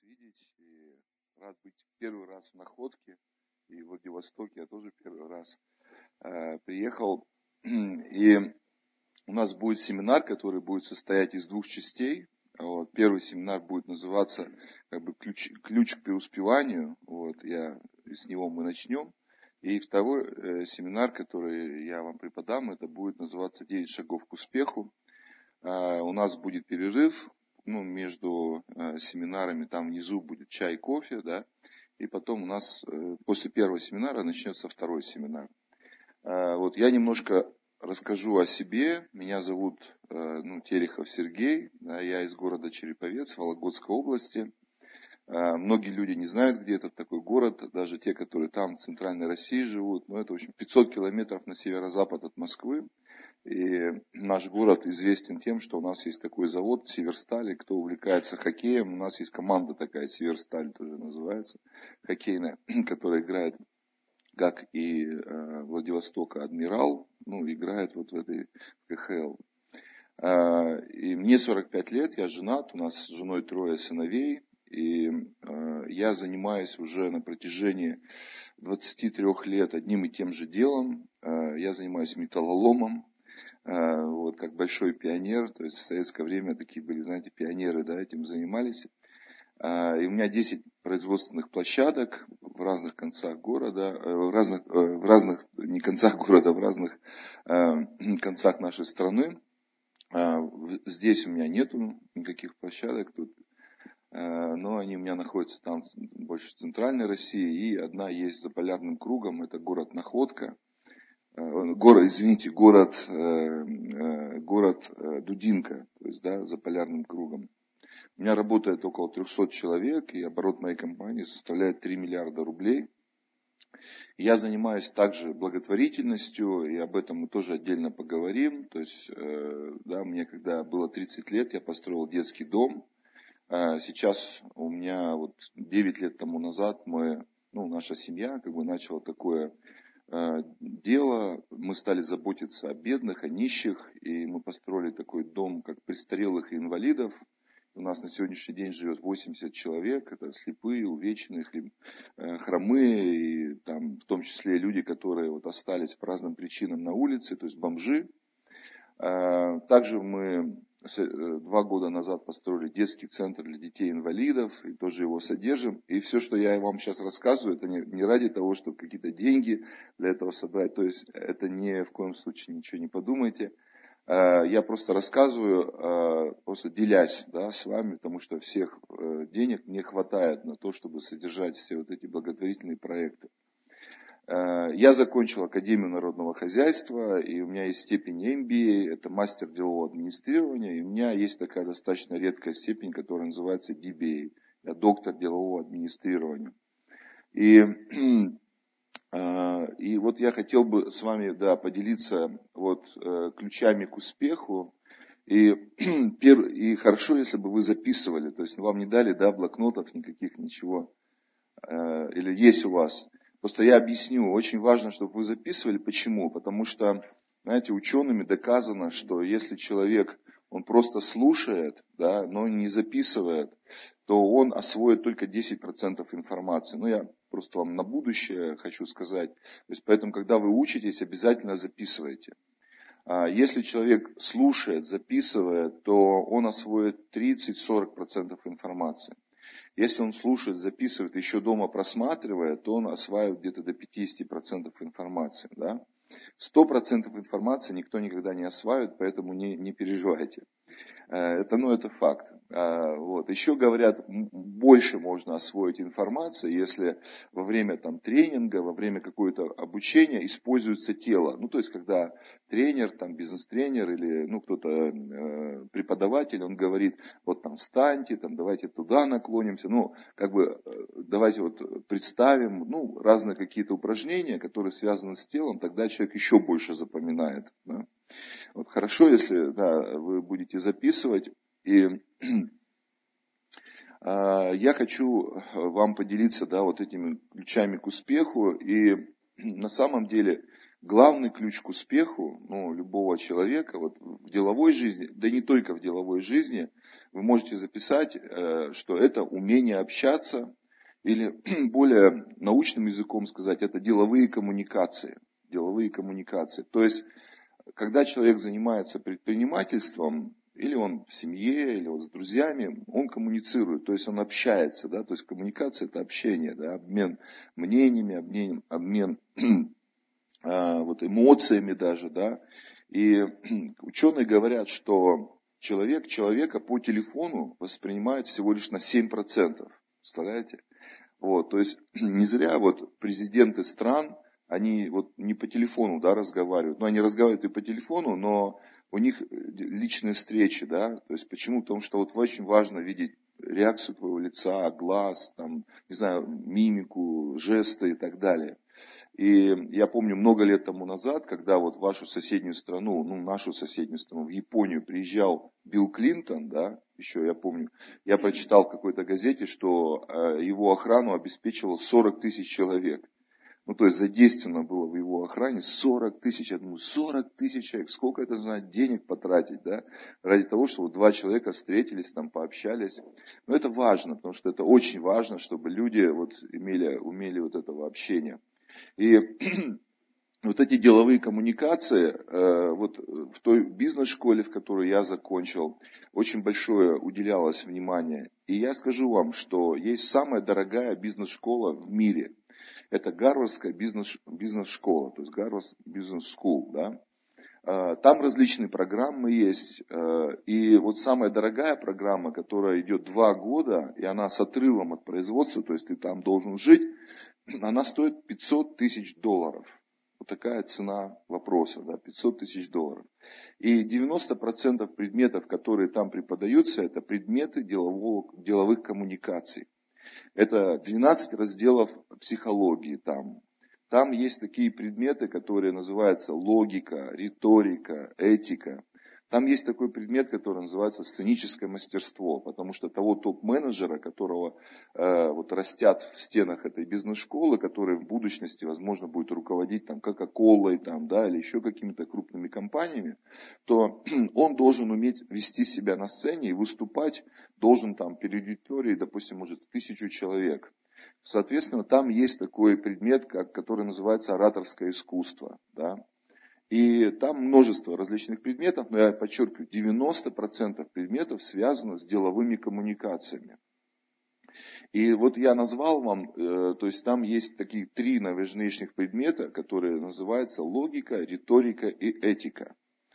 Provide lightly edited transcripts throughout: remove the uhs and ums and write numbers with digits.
видеть. И рад быть первый раз в Находке. И в Владивостоке я тоже первый раз приехал. И у нас будет семинар, который будет состоять из двух частей. Вот. Первый семинар будет называться ключ к преуспеванию. Вот. С него мы начнем. И второй семинар, который я вам преподам, это будет называться 9 шагов к успеху. У нас будет перерыв между семинарами, там внизу будет чай, кофе, да, и потом у нас после первого семинара начнется второй семинар. Вот я немножко расскажу о себе. Меня зовут Терехов Сергей, да, я из города Череповец, Вологодской области. Многие люди не знают, где это такой город, даже те, которые там в центральной России живут. Но это, в общем, 500 километров на северо-запад от Москвы. И наш город известен тем, что у нас есть такой завод Северсталь. И кто увлекается хоккеем, у нас есть команда такая, Северсталь тоже называется, хоккейная, которая играет, как и Владивостока Адмирал, играет вот в этой КХЛ. И мне 45 лет, я женат, у нас с женой 3 сыновей. И я занимаюсь уже на протяжении 23 лет одним и тем же делом. Я занимаюсь металлоломом, вот как большой пионер. То есть в советское время такие были, знаете, пионеры, да, этим занимались. И у меня 10 производственных площадок в разных концах города, в разных не концах города, в разных концах нашей страны. Здесь у меня нету никаких площадок тут. Но они у меня находятся там больше в центральной России, и одна есть за полярным кругом, это город Находка, город Дудинка, то есть, да, за полярным кругом. У меня работает около 300 человек, и оборот моей компании составляет 3 миллиарда рублей. Я занимаюсь также благотворительностью, и об этом мы тоже отдельно поговорим. То есть, да, мне когда было 30 лет, я построил детский дом. Сейчас у меня 9 лет тому назад наша семья начала такое дело. Мы стали заботиться о бедных, о нищих, и мы построили такой дом, как престарелых и инвалидов. У нас на сегодняшний день живет 80 человек, это слепые, увечные, хромые, и там в том числе люди, которые остались по разным причинам на улице, то есть бомжи. Также мы 2 года назад построили детский центр для детей-инвалидов, и тоже его содержим. И все, что я вам сейчас рассказываю, это не ради того, чтобы какие-то деньги для этого собрать. То есть это ни в коем случае ничего не подумайте. Я просто рассказываю, просто делясь, да, с вами, потому что всех денег не хватает на то, чтобы содержать все эти благотворительные проекты. Я закончил Академию народного хозяйства, и у меня есть степень MBA, это мастер делового администрирования, и у меня есть такая достаточно редкая степень, которая называется DBA, я доктор делового администрирования. И я хотел бы с вами, да, поделиться ключами к успеху. И хорошо, если бы вы записывали, то есть вам не дали, да, блокнотов никаких, ничего, или есть у вас. Просто я объясню, очень важно, чтобы вы записывали. Почему? Потому что, знаете, учеными доказано, что если человек, он просто слушает, да, но не записывает, то он освоит только 10% информации. Я просто вам на будущее хочу сказать. То есть, поэтому, когда вы учитесь, обязательно записывайте. Если человек слушает, записывает, то он освоит 30-40% информации. Если он слушает, записывает, еще дома просматривает, то он осваивает где-то до 50% информации. Да? 100% информации никто никогда не осваивает, поэтому не переживайте. Это факт. Еще говорят, больше можно освоить информации, если во время тренинга, во время какого-то обучения используется тело. То есть, когда тренер, бизнес-тренер или кто-то преподаватель, он говорит, встаньте, давайте туда наклонимся, давайте представим, разные какие-то упражнения, которые связаны с телом, тогда человек еще больше запоминает. Да? Хорошо, если, да, вы будете записывать. И я хочу вам поделиться, да, этими ключами к успеху. И на самом деле главный ключ к успеху, любого человека, вот в деловой жизни, да не только в деловой жизни, вы можете записать, что это умение общаться, или более научным языком сказать, это деловые коммуникации. Деловые коммуникации. То есть, когда человек занимается предпринимательством, или он в семье, или вот с друзьями, он коммуницирует, то есть он общается, да, то есть коммуникация это общение, да, обмен мнениями, обмен вот эмоциями даже, да. И ученые говорят, что человек человека по телефону воспринимает всего лишь на 7%. Представляете? Вот, то есть не зря вот президенты стран, они вот не по телефону, да, разговаривают. Они разговаривают и по телефону, но у них личные встречи, да. То есть почему? Потому что вот очень важно видеть реакцию твоего лица, глаз, там, не знаю, мимику, жесты и так далее. И я помню много лет тому назад, когда вот в вашу соседнюю страну, нашу соседнюю страну, в Японию приезжал Билл Клинтон, да, еще я помню, я прочитал в какой-то газете, что его охрану обеспечивало 40 тысяч человек. То есть задействовано было в его охране 40 тысяч. Я думаю, 40 тысяч человек, сколько это надо денег потратить, да, ради того, чтобы два человека встретились, там пообщались. Но это важно, потому что это очень важно, чтобы люди вот умели вот этого общения. И вот эти деловые коммуникации, вот в той бизнес-школе, в которую я закончил, очень большое уделялось внимание. И я скажу вам, что есть самая дорогая бизнес-школа в мире. Это Гарвардская бизнес-школа, то есть Гарвард Бизнес School, да. Там различные программы есть. И вот самая дорогая программа, которая идет 2 года, и она с отрывом от производства, то есть ты там должен жить, она стоит $500 тысяч. Вот такая цена вопроса, да, $500 тысяч. И 90% предметов, которые там преподаются, это предметы деловых коммуникаций. Это 12 разделов психологии там. Там есть такие предметы, которые называются логика, риторика, этика. Там есть такой предмет, который называется сценическое мастерство, потому что того топ-менеджера, которого вот растят в стенах этой бизнес-школы, который в будущности, возможно, будет руководить там Кока-Колой там, да, или еще какими-то крупными компаниями, то он должен уметь вести себя на сцене и выступать должен там перед аудиторией, допустим, может, 1000 человек. Соответственно, там есть такой предмет, который называется ораторское искусство, да. И там множество различных предметов, но я подчеркиваю, 90% предметов связано с деловыми коммуникациями. И вот я назвал вам, то есть там есть такие 3 наиважнейших предмета, которые называются логика, риторика и этика.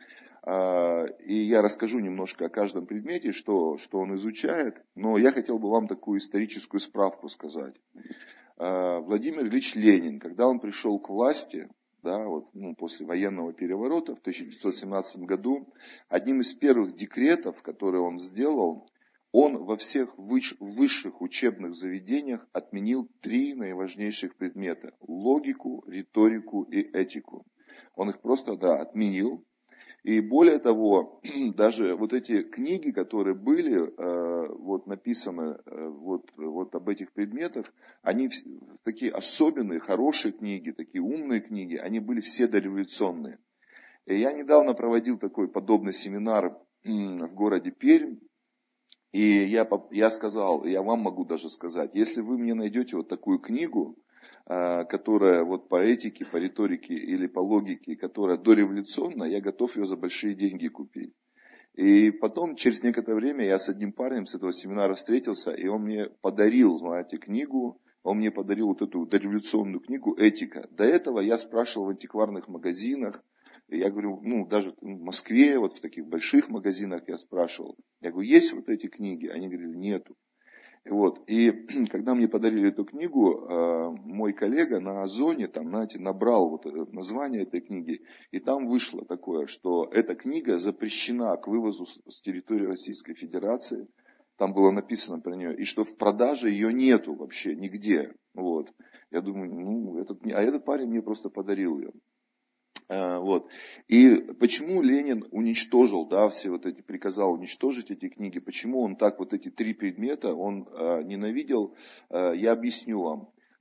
И я расскажу немножко о каждом предмете, что он изучает, но я хотел бы вам такую историческую справку сказать. Владимир Ильич Ленин, когда он пришел к власти, да, вот, после военного переворота в 1917 году, одним из первых декретов, которые он сделал, он во всех высших учебных заведениях отменил 3 наиважнейших предмета – логику, риторику и этику. Он их просто, отменил. И более того, даже вот эти книги, которые были вот написаны вот об этих предметах, они такие особенные, хорошие книги, такие умные книги, они были все дореволюционные. И я недавно проводил такой подобный семинар в городе Пермь, и я сказал, я вам могу даже сказать, если вы мне найдете вот такую книгу, которая вот по этике, по риторике или по логике, которая дореволюционная, я готов ее за большие деньги купить. И потом, через некоторое время, я с одним парнем с этого семинара встретился, и он мне подарил, знаете, книгу, он мне подарил вот эту дореволюционную книгу «Этика». До этого я спрашивал в антикварных магазинах, я говорю, даже в Москве, вот в таких больших магазинах я спрашивал, я говорю, есть вот эти книги? Они говорили, нету. Вот. И когда мне подарили эту книгу, мой коллега на Озоне там, знаете, набрал вот название этой книги, и там вышло такое, что эта книга запрещена к вывозу с территории Российской Федерации, там было написано про нее, и что в продаже ее нету вообще нигде. Вот. Я думаю, этот парень мне просто подарил ее. Вот. И почему Ленин уничтожил, все вот эти, приказал уничтожить эти книги, почему он так вот эти 3 предмета, он ненавидел, я объясню вам.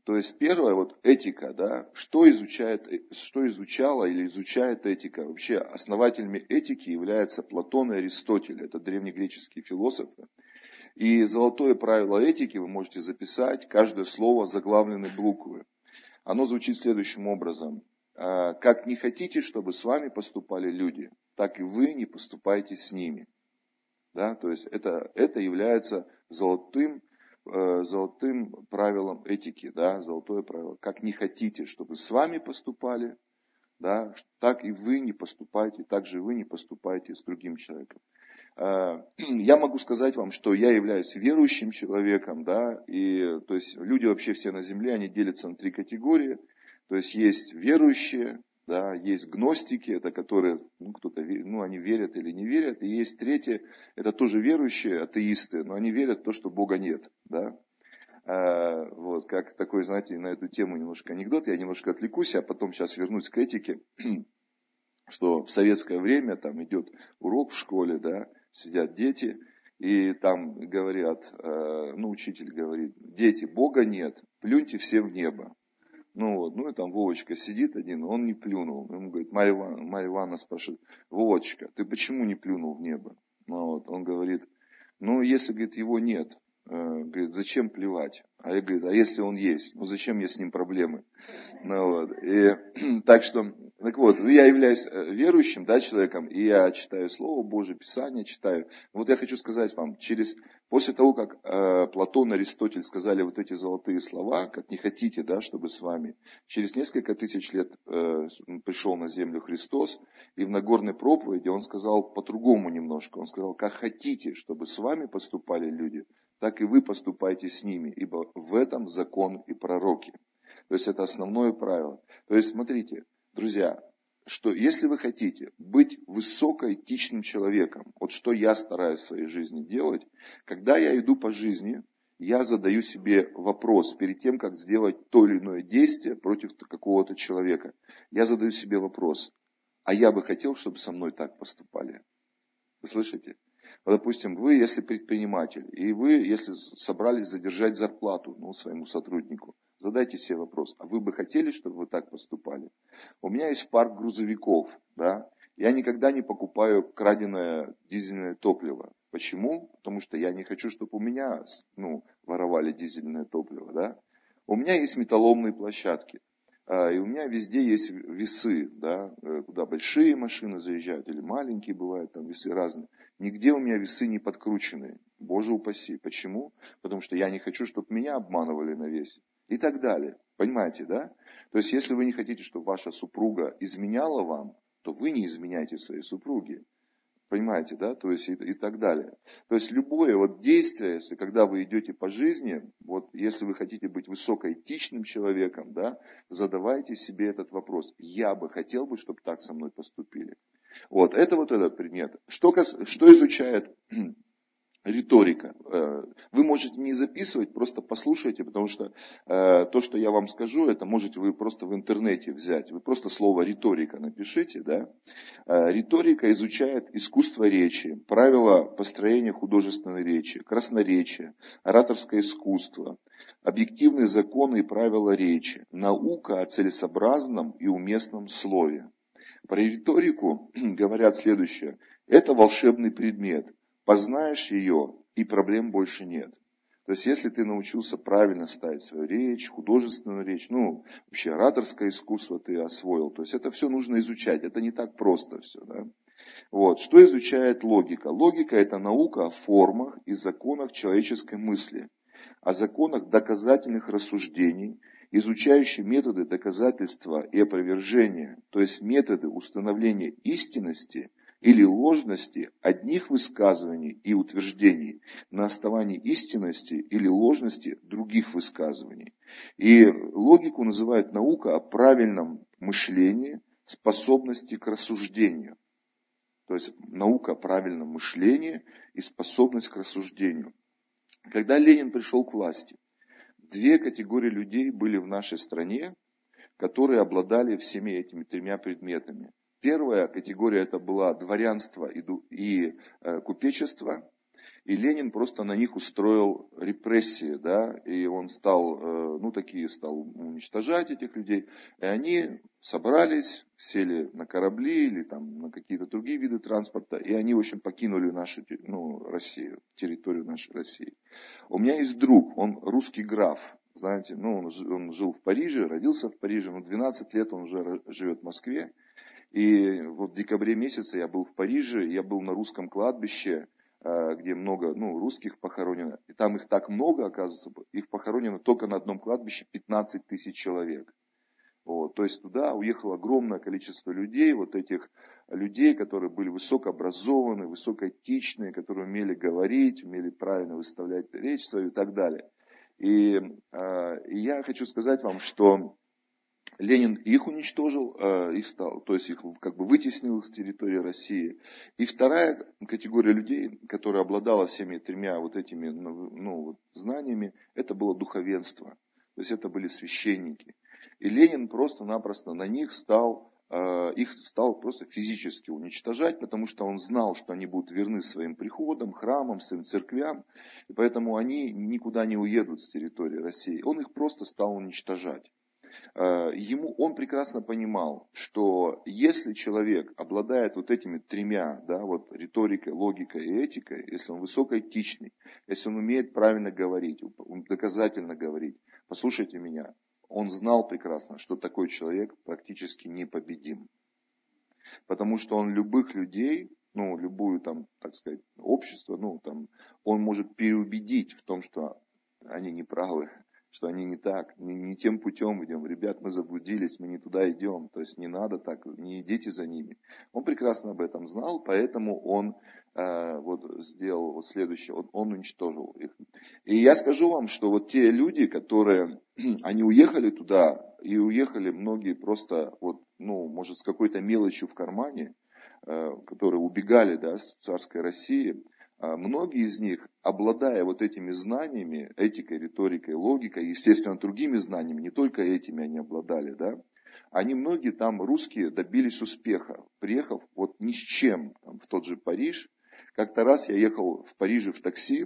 То есть первое, вот этика, да, что изучала или изучает этика. Вообще основателями этики являются Платон и Аристотель, это древнегреческие философы. И золотое правило этики вы можете записать, каждое слово заглавлены буквы. Оно звучит следующим образом. Как не хотите, чтобы с вами поступали люди, так и вы не поступайте с ними. Да? То есть это является золотым правилом этики, да? Золотое правило. Как не хотите, чтобы с вами поступали, да? Так и вы не поступайте, так же вы не поступайте с другим человеком. Я могу сказать вам, что я являюсь верующим человеком, да, и то есть люди вообще все на земле, они делятся на 3 категории. То есть верующие, да, есть гностики, это которые, они верят или не верят, и есть третье, это тоже верующие, атеисты, но они верят в то, что Бога нет, да. Вот, как такой, знаете, на эту тему немножко анекдот, я немножко отвлекусь, а потом сейчас вернусь к этике, что в советское время там идет урок в школе, да, сидят дети, и там говорят, учитель говорит: дети, Бога нет, плюньте все в небо. И там Вовочка сидит один, он не плюнул. Ему говорит, Марья Ивановна спрашивает: Вовочка, ты почему не плюнул в небо? Он говорит, если, говорит, его нет, говорит, зачем плевать? А я говорю, а если он есть, зачем мне с ним проблемы? Я являюсь верующим, да, человеком, и я читаю Слово Божие, Писание читаю. Я хочу сказать вам, после того, как Платон и Аристотель сказали вот эти золотые слова, как не хотите, да, чтобы с вами, через несколько тысяч лет пришел на землю Христос, и в Нагорной проповеди он сказал по-другому немножко. Он сказал, как хотите, чтобы с вами поступали люди, так и вы поступайте с ними, ибо в этом закон и пророки. То есть это основное правило. То есть смотрите, друзья, что если вы хотите быть высокоэтичным человеком, вот что я стараюсь в своей жизни делать, когда я иду по жизни, я задаю себе вопрос перед тем, как сделать то или иное действие против какого-то человека. Я задаю себе вопрос, а я бы хотел, чтобы со мной так поступали. Вы слышите? Допустим, вы, если предприниматель, и вы, если собрались задержать зарплату своему сотруднику, задайте себе вопрос, а вы бы хотели, чтобы вы так поступали? У меня есть парк грузовиков, да, я никогда не покупаю краденое дизельное топливо. Почему? Потому что я не хочу, чтобы у меня, воровали дизельное топливо, да. У меня есть металлоломные площадки. И у меня везде есть весы, да, куда большие машины заезжают или маленькие бывают, там весы разные. Нигде у меня весы не подкручены, Боже упаси. Почему? Потому что я не хочу, чтобы меня обманывали на весе. И так далее. Понимаете, да? То есть, если вы не хотите, чтобы ваша супруга изменяла вам, то вы не изменяйте своей супруге. Понимаете, да? То есть и так далее. То есть любое действие, когда вы идете по жизни, если вы хотите быть высокоэтичным человеком, да, задавайте себе этот вопрос. Я бы хотел, чтобы так со мной поступили. Это этот предмет. Что изучает риторика? Вы можете не записывать, просто послушайте, потому что то, что я вам скажу, это можете вы просто в интернете взять. Вы просто слово риторика напишите, да. Риторика изучает искусство речи, правила построения художественной речи, красноречие, ораторское искусство, объективные законы и правила речи, наука о целесообразном и уместном слове. Про риторику говорят следующее. Это волшебный предмет. Познаешь ее, и проблем больше нет. То есть, если ты научился правильно ставить свою речь, художественную речь, вообще ораторское искусство ты освоил, то есть, это все нужно изучать, это не так просто все, да. Что изучает логика? Логика – это наука о формах и законах человеческой мысли, о законах доказательных рассуждений, изучающий методы доказательства и опровержения, то есть методы установления истинности или ложности одних высказываний и утверждений на основании истинности или ложности других высказываний. И логику называют наука о правильном мышлении, способности к рассуждению. То есть наука о правильном мышлении и способность к рассуждению. Когда Ленин пришел к власти, 2 категории людей были в нашей стране, которые обладали всеми этими 3 предметами. Первая категория это была дворянство и купечество. И Ленин просто на них устроил репрессии, да, и он стал, стал уничтожать этих людей. И они собрались, сели на корабли или там на какие-то другие виды транспорта, и они, в общем, покинули нашу, Россию, территорию нашей России. У меня есть друг, он русский граф, знаете, он жил в Париже, родился в Париже, 12 лет он уже живет в Москве. И вот в декабре месяце я был в Париже, я был на русском кладбище, где много русских похоронено. И там их так много, оказывается, их похоронено только на одном кладбище 15 тысяч человек. Вот, то есть туда уехало огромное количество людей, вот этих людей, которые были высокообразованы, высокоэтичные, которые умели говорить, умели правильно выставлять речь свою и так далее. И я хочу сказать вам, что Ленин их уничтожил, их как бы вытеснил с территории России. И вторая категория людей, которая обладала всеми тремя вот этими знаниями, это было духовенство. То есть это были священники. И Ленин просто-напросто на них их стал просто физически уничтожать, потому что он знал, что они будут верны своим приходам, храмам, своим церквям, и поэтому они никуда не уедут с территории России. Он их просто стал уничтожать. Он прекрасно понимал, что если человек обладает вот этими тремя, риторикой, логикой и этикой, если он высокоэтичный, если он умеет правильно говорить, доказательно говорить, послушайте меня, он знал прекрасно, что такой человек практически непобедим. Потому что он любых людей, любую общество, он может переубедить в том, что они не правы, что они не так, не тем путем идем. Ребят, мы заблудились, мы не туда идем. То есть не надо так, не идите за ними. Он прекрасно об этом знал, поэтому он сделал следующее, он уничтожил их. И я скажу вам, что вот те люди, которые, они уехали туда, и уехали многие просто, может, с какой-то мелочью в кармане, которые убегали, с царской России, многие из них, обладая вот этими знаниями, этикой, риторикой, логикой, естественно, другими знаниями, не только этими они обладали, они многие там, русские, добились успеха, приехав вот ни с чем в тот же Париж. Как-то раз я ехал в Париже в такси,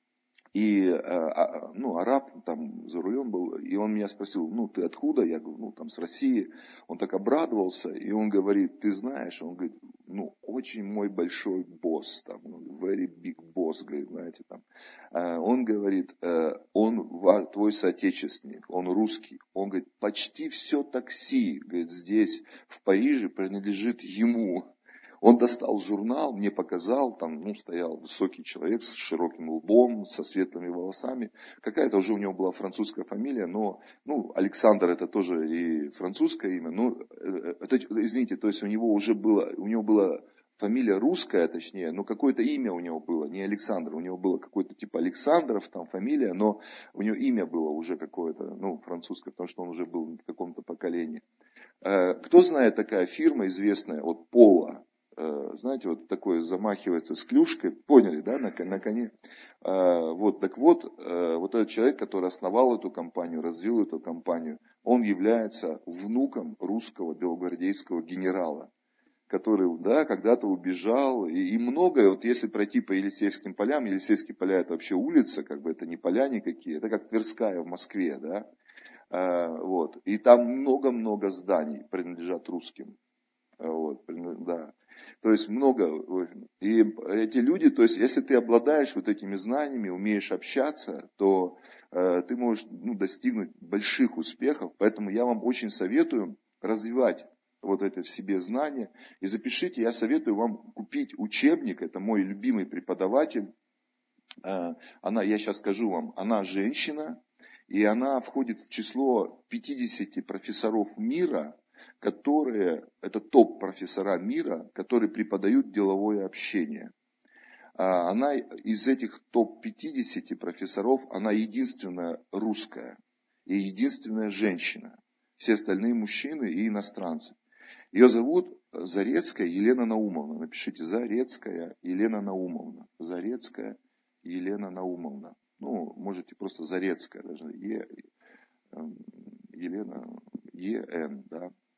и араб там за рулем был, и он меня спросил, ты откуда? Я говорю, с России. Он так обрадовался, и он говорит, ты знаешь, он говорит, очень мой большой босс, very big boss, говорит, знаете, он говорит, он твой соотечественник, он русский, он говорит, почти все такси, говорит, здесь, в Париже, принадлежит ему. Он достал журнал, мне показал, стоял высокий человек с широким лбом, со светлыми волосами. Какая-то уже у него была французская фамилия, но, Александр это тоже и французское имя, извините, то есть у него была фамилия русская, точнее, но какое-то имя у него было, не Александр, у него было какое-то типа Александров, фамилия, но у него имя было уже какое-то, французское, потому что он уже был в каком-то поколении. Кто знает, такая фирма известная, от Пола, знаете, вот такое замахивается с клюшкой, поняли, на коне. Вот этот человек, который основал эту компанию, развил эту компанию, он является внуком русского белогвардейского генерала, который, когда-то убежал, и многое, вот если пройти по Елисеевским полям, Елисеевские поля это вообще улица, это не поля никакие, это как Тверская в Москве, и там много-много зданий принадлежат русским, То есть много, и эти люди, то есть если ты обладаешь вот этими знаниями, умеешь общаться, то ты можешь достигнуть больших успехов, поэтому я вам очень советую развивать вот это в себе знание, и запишите, я советую вам купить учебник, это мой любимый преподаватель, я сейчас скажу вам, она женщина, и она входит в число 50 профессоров мира, это топ-профессора мира, которые преподают деловое общение. Она из этих топ-50 профессоров, она единственная русская и единственная женщина. Все остальные мужчины и иностранцы. Ее зовут Зарецкая Елена Наумовна. Напишите, Зарецкая Елена Наумовна. Зарецкая Елена Наумовна. Можете просто Зарецкая, даже Елена, ЕН,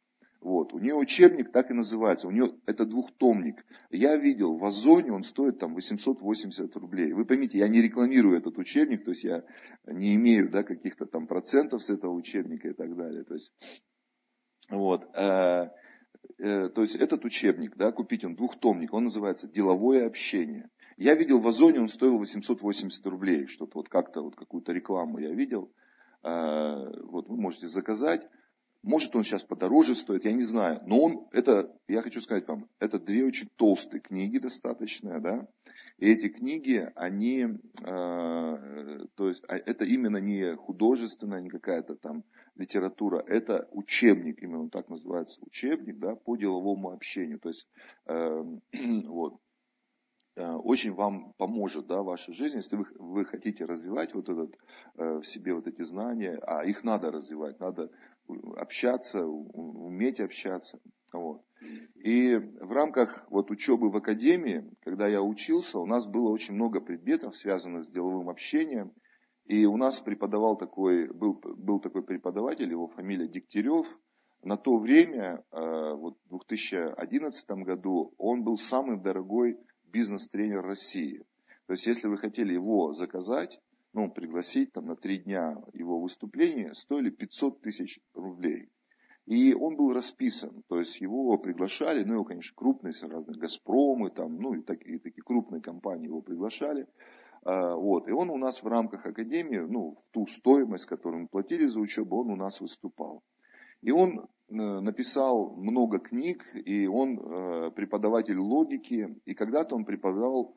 Вот. У нее учебник так и называется. У нее это двухтомник. Я видел в Озоне, он стоит там 880 рублей. Вы поймите, я не рекламирую этот учебник, то есть я не имею, да, каких-то там процентов с этого учебника и так далее. То есть, вот. То есть этот учебник, да, купить он двухтомник, он называется «Деловое общение». Я видел в Озоне, он стоил 880 рублей, что-то вот как-то, вот какую-то рекламу я видел. Вот вы можете заказать. Может он сейчас подороже стоит, я не знаю. Но он, это, я хочу сказать вам, это две очень толстые книги достаточно, да. И эти книги, они, то есть, это именно не художественная, не какая-то там литература, это учебник, именно он так называется, учебник, да, по деловому общению. То есть, вот. Очень вам поможет, да, в вашей жизни, если вы хотите развивать вот этот, в себе вот эти знания, а их надо развивать, надо общаться, уметь общаться. Вот. И в рамках вот учебы в академии, когда я учился, у нас было очень много предметов, связанных с деловым общением. И у нас преподавал был такой преподаватель, его фамилия Дегтярев. На то время, вот в 2011 году, он был самый дорогой бизнес-тренер России. То есть, если вы хотели его заказать, ну, пригласить там, на 3 дня его выступления, стоили 500 тысяч рублей. И он был расписан, то есть его приглашали, ну, его, конечно, крупные разные Газпромы, там, ну, и такие крупные компании его приглашали. Вот. И он у нас в рамках академии, ну, в ту стоимость, которую мы платили за учебу, он у нас выступал. И он написал много книг, и он преподаватель логики, и когда-то он преподавал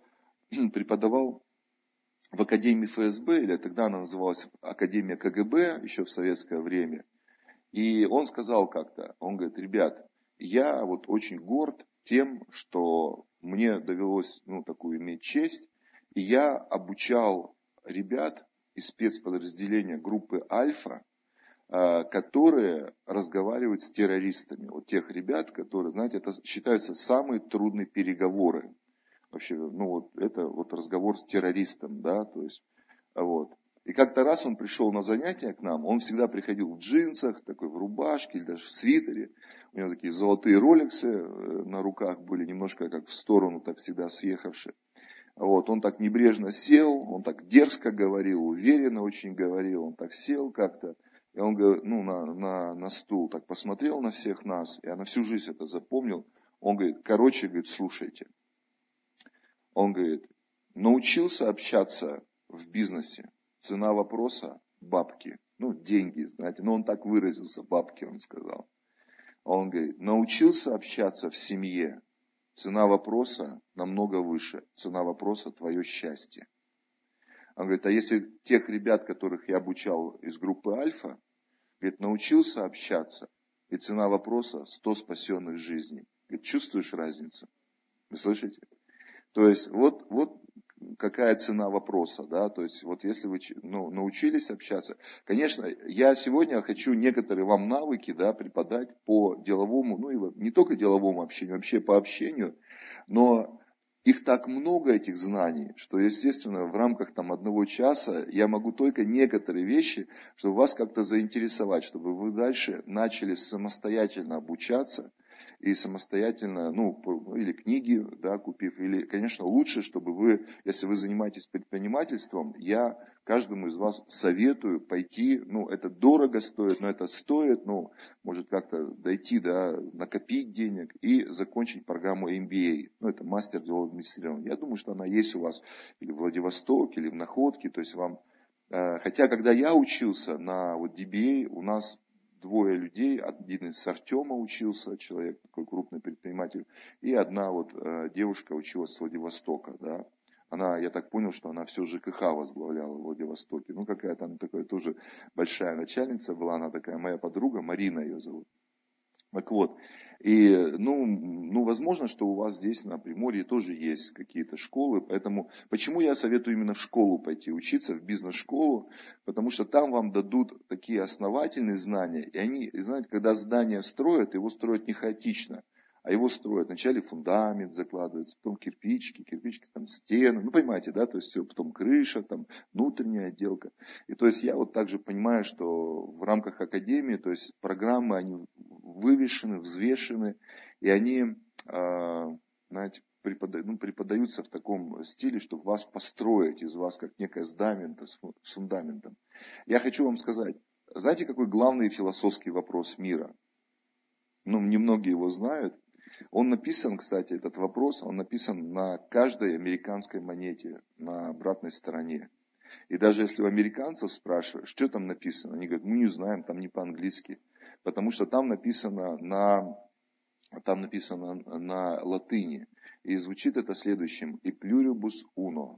в Академии ФСБ, или тогда она называлась Академия КГБ, еще в советское время. И он сказал как-то, он говорит: ребят, я вот очень горд тем, что мне довелось, ну, такую иметь честь, и я обучал ребят из спецподразделения группы «Альфа», которые разговаривают с террористами. Вот тех ребят, которые, знаете, это считаются самые трудные переговоры. Вообще, ну вот это вот разговор с террористом, да, то есть, вот. И как-то раз он пришел на занятия к нам, он всегда приходил в джинсах, такой в рубашке или даже в свитере. У него такие золотые роликсы на руках были, немножко как в сторону, так всегда съехавшие. Вот, он так небрежно сел, он так дерзко говорил, уверенно очень говорил, он так сел как-то. И он, ну, на стул так посмотрел на всех нас, я на всю жизнь это запомнил. Он говорит: короче, говорит, слушайте. Он говорит: научился общаться в бизнесе. Цена вопроса – бабки. Ну, деньги, знаете. Но он так выразился, бабки, он сказал. Он говорит: научился общаться в семье. Цена вопроса намного выше. Цена вопроса – твое счастье. Он говорит: а если тех ребят, которых я обучал из группы Альфа, говорит, научился общаться, и цена вопроса – 100 спасенных жизней. Говорит, чувствуешь разницу? Вы слышите? То есть, вот какая цена вопроса, да, то есть, вот если вы, ну, научились общаться, конечно, я сегодня хочу некоторые вам навыки, да, преподать по деловому, ну, и не только деловому общению, вообще по общению, но их так много, этих знаний, что, естественно, в рамках там 1 часа я могу только некоторые вещи, чтобы вас как-то заинтересовать, чтобы вы дальше начали самостоятельно обучаться и самостоятельно, ну, или книги, да, купив, или, конечно, лучше, чтобы вы, если вы занимаетесь предпринимательством, я каждому из вас советую пойти, ну, это дорого стоит, но это стоит, ну, может как-то дойти, да, накопить денег и закончить программу MBA, ну, это мастер делового администрирования. Я думаю, что она есть у вас или в Владивостоке, или в Находке, то есть вам, хотя, когда я учился на вот DBA, у нас 2 людей, один из Артема учился, человек такой крупный предприниматель, и одна вот девушка училась с Владивостока, да. Она, я так понял, что она все ЖКХ возглавляла в Владивостоке. Ну, какая-то она такая тоже большая начальница была, она такая моя подруга, Марина ее зовут. Так вот, и, ну, возможно, что у вас здесь на Приморье тоже есть какие-то школы, поэтому, почему я советую именно в школу пойти учиться, в бизнес-школу, потому что там вам дадут такие основательные знания, и они, знаете, когда здание строят, его строят не хаотично, а его строят. Вначале фундамент закладывается, потом кирпичики там стены, ну, понимаете, да, то есть потом крыша, там внутренняя отделка. И то есть я вот также понимаю, что в рамках академии, то есть программы, они вывешены, взвешены, и они, знаете, преподаются в таком стиле, чтобы вас построить из вас как некое здание с фундаментом. Я хочу вам сказать, знаете, какой главный философский вопрос мира? Немногие его знают. Он написан, кстати, этот вопрос, он написан на каждой американской монете, на обратной стороне. И даже если у американцев спрашивают, что там написано, они говорят, не знаем, там не по-английски. Потому что там написано на латыни. И звучит это следующим: «И pluribus uno».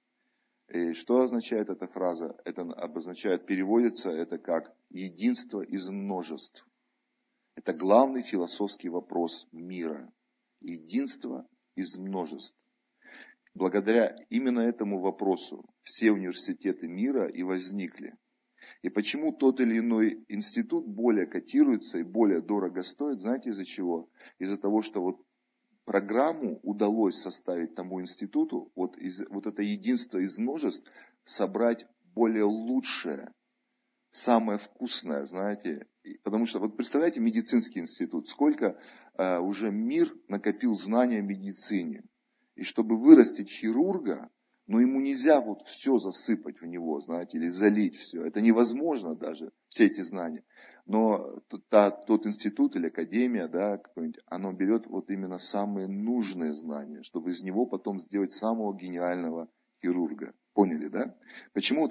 И что означает эта фраза? Это обозначает, переводится это как «единство из множеств». Это главный философский вопрос мира. Единство из множеств. Благодаря именно этому вопросу все университеты мира и возникли. И почему тот или иной институт более котируется и более дорого стоит, знаете из-за чего? Из-за того, что программу удалось составить тому институту, вот это единство из множеств, собрать более лучшее, самое вкусное, знаете. Потому что, представляете, медицинский институт, сколько уже мир накопил знаний о медицине. И чтобы вырастить хирурга, ему нельзя все засыпать в него, знаете, или залить все. Это невозможно даже, все эти знания. Но тот институт или академия, какой-нибудь, оно берет именно самые нужные знания, чтобы из него потом сделать самого гениального хирурга. Поняли, да? Почему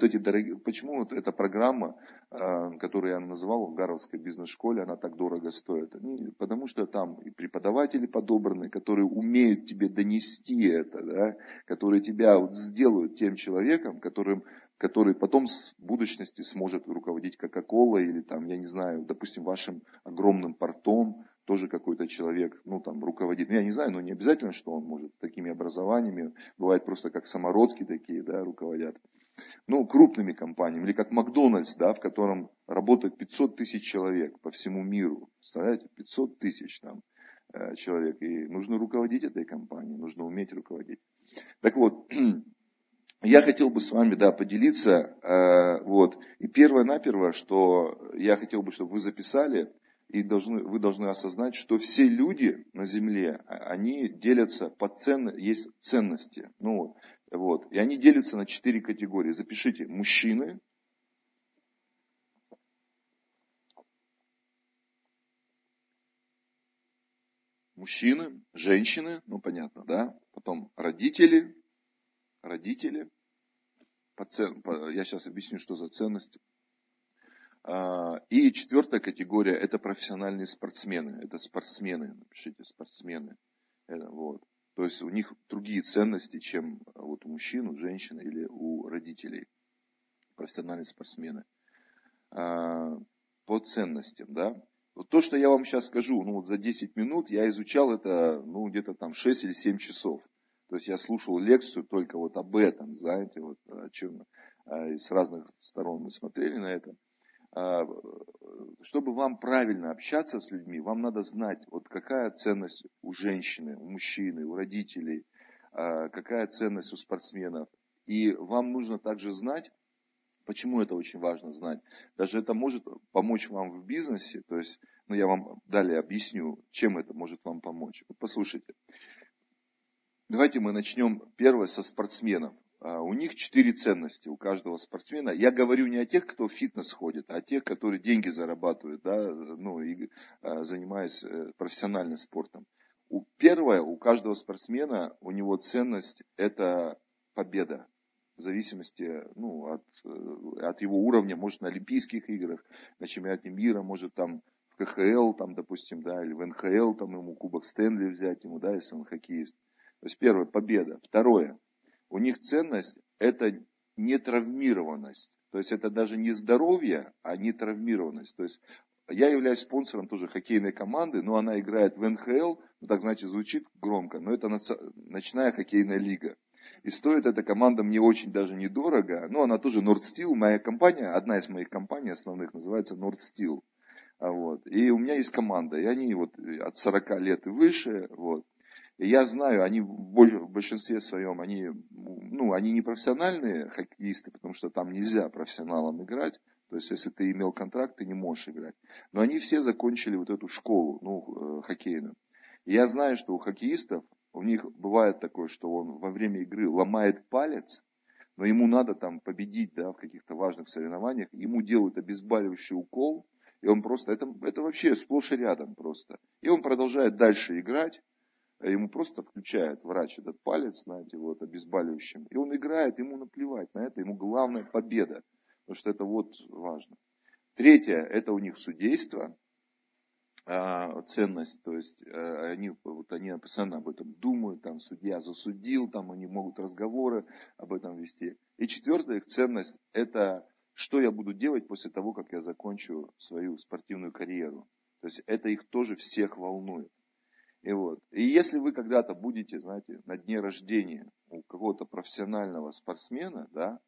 эта программа, которую я называл в Гарвардской бизнес-школе, она так дорого стоит? Потому что там и преподаватели подобраны, которые умеют тебе донести это, которые тебя сделают тем человеком, который потом в будущности сможет руководить Кока-Колой или я не знаю, допустим, вашим огромным портом. Тоже какой-то человек, руководит. Я не знаю, но не обязательно, что он может такими образованиями. Бывает просто как самородки такие, руководят. Крупными компаниями. Или как Макдональдс, в котором работает 500 тысяч человек по всему миру. Представляете, 500 тысяч человек. И нужно руководить этой компанией, нужно уметь руководить. Так вот, я хотел бы с вами, поделиться. И первое-наперво, что я хотел бы, чтобы вы записали, и вы должны осознать, что все люди на земле, они делятся есть ценности. И они делятся на 4 категории. Запишите: мужчины, женщины, понятно, да? Потом родители. Я сейчас объясню, что за ценности. И 4 категория — это профессиональные спортсмены. Это спортсмены, напишите, спортсмены. То есть у них другие ценности, чем у мужчин, у женщин или у родителей. Профессиональные спортсмены. По ценностям, то, что я вам сейчас скажу, за 10 минут я изучал это, где-то 6 или 7 часов. То есть я слушал лекцию только об этом, знаете, о чем с разных сторон мы смотрели на это. Чтобы вам правильно общаться с людьми, вам надо знать, какая ценность у женщины, у мужчины, у родителей, какая ценность у спортсменов. И вам нужно также знать, почему это очень важно знать. Даже это может помочь вам в бизнесе. То есть, я вам далее объясню, чем это может вам помочь. Послушайте. Давайте мы начнем первое со спортсменов. У них 4 ценности, у каждого спортсмена. Я говорю не о тех, кто в фитнес ходит, а о тех, которые деньги зарабатывают, занимаясь профессиональным спортом. Первое, у каждого спортсмена, у него ценность – это победа. В зависимости от его уровня, может на Олимпийских играх, на чемпионате мира, может в КХЛ, допустим, или в НХЛ, ему Кубок Стэнли взять, если он хоккеист. То есть первое, победа. Второе, у них ценность – это нетравмированность. То есть это даже не здоровье, а нетравмированность. То есть я являюсь спонсором тоже хоккейной команды, но она играет в НХЛ, так значит звучит громко, но это ночная хоккейная лига. И стоит эта команда мне очень даже недорого, но она тоже Nord Steel, моя компания, одна из моих компаний основных называется Nord Steel. И у меня есть команда, и они от 40 лет и выше, И я знаю, они в большинстве своем, они не профессиональные хоккеисты, потому что там нельзя профессионалам играть, То есть, если ты имел контракт, ты не можешь играть. Но они все закончили вот эту школу, хоккейную. И я знаю, что у хоккеистов, у них бывает такое, что он во время игры ломает палец, но ему надо там победить, да, в каких-то важных соревнованиях, ему делают обезболивающий укол, и он просто, это вообще сплошь и рядом просто. И он продолжает дальше играть, ему просто включает врач этот палец, знаете, вот, обезболивающим, и он играет, ему наплевать на это, ему главная победа, потому что это вот важно. Третье, это у них судейство, ценность, то есть они постоянно об этом думают, там судья засудил, там они могут разговоры об этом вести. И четвертая их ценность, это что я буду делать после того, как я закончу свою спортивную карьеру. То есть это их тоже всех волнует. И если вы когда-то будете, знаете, на дне рождения у какого-то профессионального спортсмена, да,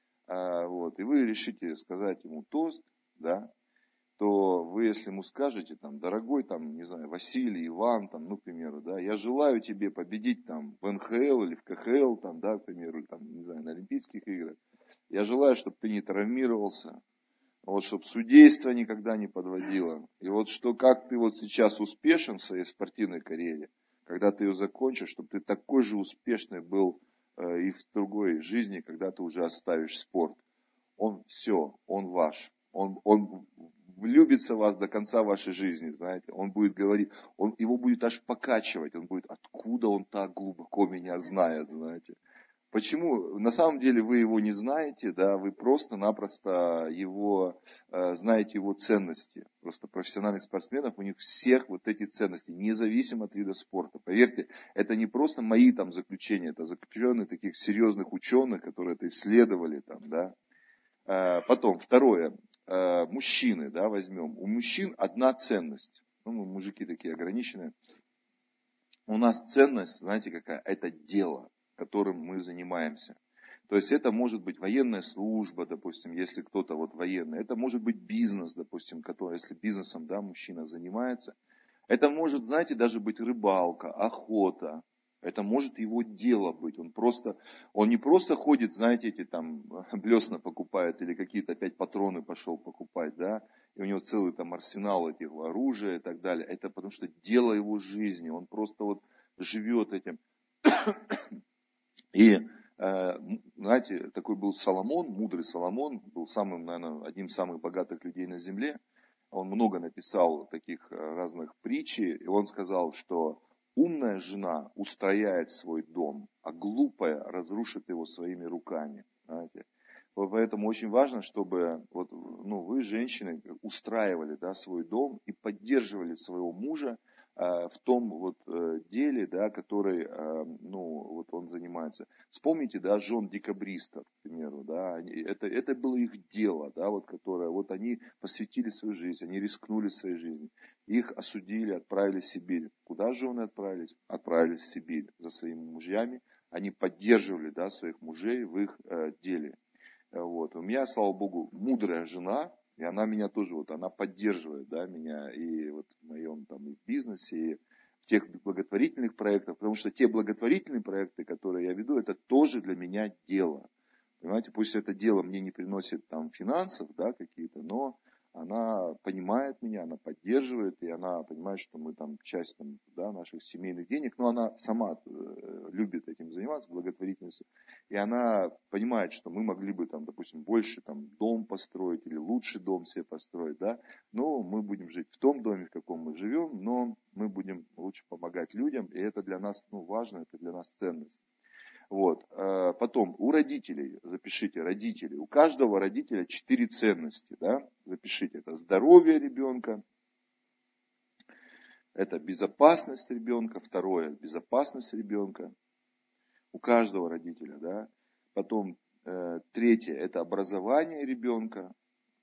и вы решите сказать ему тост, да, то вы, если ему скажете, там, дорогой, там, не знаю, Василий, Иван, там, к примеру, да, я желаю тебе победить там в НХЛ или в КХЛ, там, да, к примеру, там, не знаю, на Олимпийских играх. Я желаю, чтобы ты не травмировался, вот, чтобы судейство никогда не подводило. И вот что, как ты вот сейчас успешен в своей спортивной карьере, когда ты ее закончишь, чтобы ты такой же успешный был и в другой жизни, когда ты уже оставишь спорт. Он ваш. Он влюбится в вас до конца вашей жизни, знаете. Он будет говорить, его будет аж покачивать. Он будет, откуда он так глубоко меня знает, знаете. Почему? На самом деле вы его не знаете, да, вы просто-напросто знаете его ценности. Просто профессиональных спортсменов, у них всех вот эти ценности, независимо от вида спорта. Поверьте, это не просто мои там заключения, это заключенные таких серьезных ученых, которые это исследовали там, да. Потом, второе, мужчины, да, возьмем. У мужчин одна ценность. Мы мужики такие ограниченные. У нас ценность, знаете какая? Это дело, которым мы занимаемся. То есть это может быть военная служба, допустим, если кто-то вот военный. Это может быть бизнес, допустим, если бизнесом, да, мужчина занимается. Это может, знаете, даже быть рыбалка, охота. Это может его дело быть. Он не просто ходит, знаете, эти там блесна покупает или какие-то опять патроны пошел покупать, да, и у него целый там арсенал этих оружия и так далее. Это потому что дело его жизни. Он просто вот живет этим. И, знаете, такой был Соломон, мудрый Соломон, был самым, наверное, одним из самых богатых людей на земле. Он много написал таких разных притчей, и он сказал, что умная жена устрояет свой дом, а глупая разрушит его своими руками. Знаете? Поэтому очень важно, чтобы вы, женщины, устраивали, да, свой дом и поддерживали своего мужа в том деле, да, который он занимается. Вспомните, да, жен декабристов, к примеру, да, это было их дело, да, которое они посвятили свою жизнь, они рискнули своей жизнью. Их осудили, отправили в Сибирь. Куда жены отправились? Отправились в Сибирь за своими мужьями. Они поддерживали, да, своих мужей в их деле. У меня, слава Богу, мудрая жена, и она меня тоже, она поддерживает, да, меня и в моем там и бизнесе, и в тех благотворительных проектах, потому что те благотворительные проекты, которые я веду, это тоже для меня дело. Понимаете, пусть это дело мне не приносит там финансов, да, какие-то, но она понимает меня, она поддерживает, и она понимает, что мы там часть там, да, наших семейных денег, но она сама любит этим заниматься, благотворительностью, и она понимает, что мы могли бы там, допустим, больше там дом построить или лучший дом себе построить, да, но мы будем жить в том доме, в каком мы живем, но мы будем лучше помогать людям, и это для нас важно, это для нас ценность. Потом у родителей, запишите, родители, у каждого родителя 4 ценности, да, запишите, это здоровье ребенка, это безопасность ребенка, второе, безопасность ребенка, у каждого родителя, да, потом третье, это образование ребенка,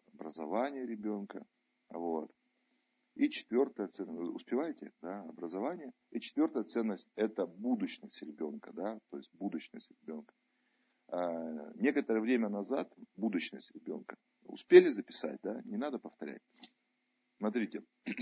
И четвертая ценность, успеваете, да, образование. И четвертая ценность это будущность ребенка, да, то есть будущность ребенка. Некоторое время назад будущность ребенка. Успели записать, да, не надо повторять. Смотрите,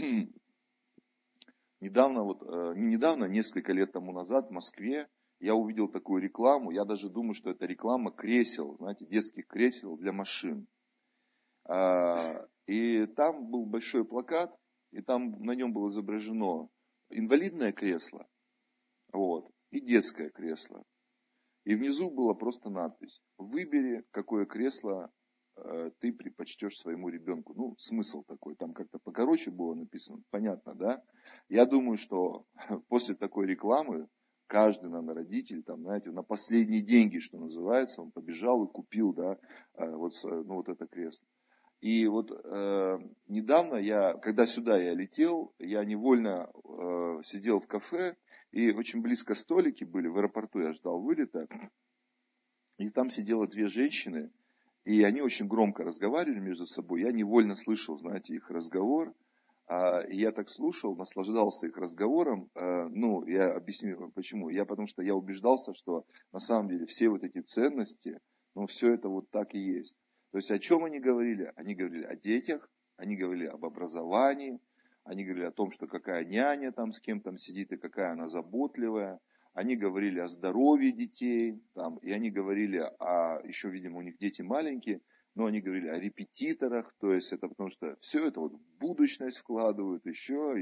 несколько лет тому назад в Москве я увидел такую рекламу, я даже думаю, что это реклама кресел, знаете, детских кресел для машин. И там был большой плакат, и там на нем было изображено инвалидное кресло, вот, и детское кресло. И внизу была просто надпись: выбери, какое кресло ты предпочтешь своему ребенку. Ну, смысл такой, там как-то покороче было написано, понятно, да? Я думаю, что после такой рекламы каждый, наверное, родитель, там, знаете, на последние деньги, что называется, он побежал и купил, да, вот это кресло. И вот недавно когда сюда я летел, я невольно сидел в кафе, и очень близко столики были, в аэропорту я ждал вылета, и там сидело две женщины, и они очень громко разговаривали между собой. Я невольно слышал, знаете, их разговор. И я так слушал, наслаждался их разговором. Ну, я объясню вам почему. Потому что я убеждался, что на самом деле все вот эти ценности, ну, все это вот так и есть. То есть о чем они говорили? Они говорили о детях, они говорили об образовании, они говорили о том, что какая няня там с кем там сидит и какая она заботливая. Они говорили о здоровье детей, там, и они говорили еще, видимо, у них дети маленькие, но они говорили о репетиторах, то есть это потому что все это вот в будущность вкладывают, еще.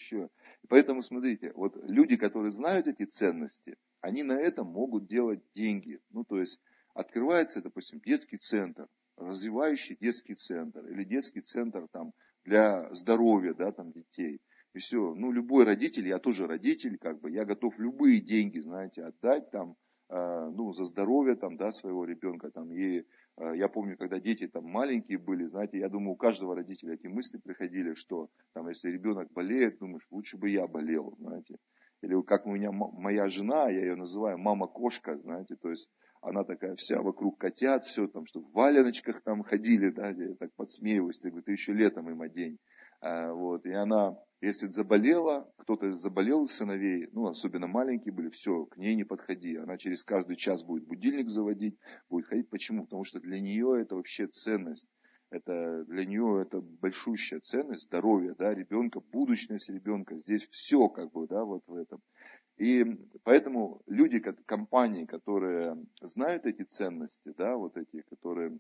И поэтому, смотрите, вот люди, которые знают эти ценности, они на этом могут делать деньги. Ну, то есть открывается, допустим, детский центр, развивающий детский центр, или детский центр там для здоровья, да, там детей. И все. Ну, любой родитель, я тоже родитель, как бы, я готов любые деньги, знаете, отдать там, ну, за здоровье там, да, своего ребенка. Там, и я помню, когда дети там маленькие были, знаете, я думаю, у каждого родителя эти мысли приходили, что там, если ребенок болеет, думаешь, лучше бы я болел, знаете. Или как у меня моя жена, я ее называю мама-кошка, знаете, то есть она такая вся вокруг котят, все там, чтобы в валеночках там ходили, да, я так подсмеиваюсь, я говорю, ты еще летом им одень. Вот, и она, если заболела, кто-то заболел из сыновей, ну, особенно маленькие были, все, к ней не подходи. Она через каждый час будет будильник заводить, будет ходить. Почему? Потому что для нее это вообще ценность. Для нее это большущая ценность, здоровье, да, ребенка, будущность ребенка. Здесь все как бы, да, вот в этом. И поэтому люди, компании, которые знают эти ценности, да, вот эти, которые,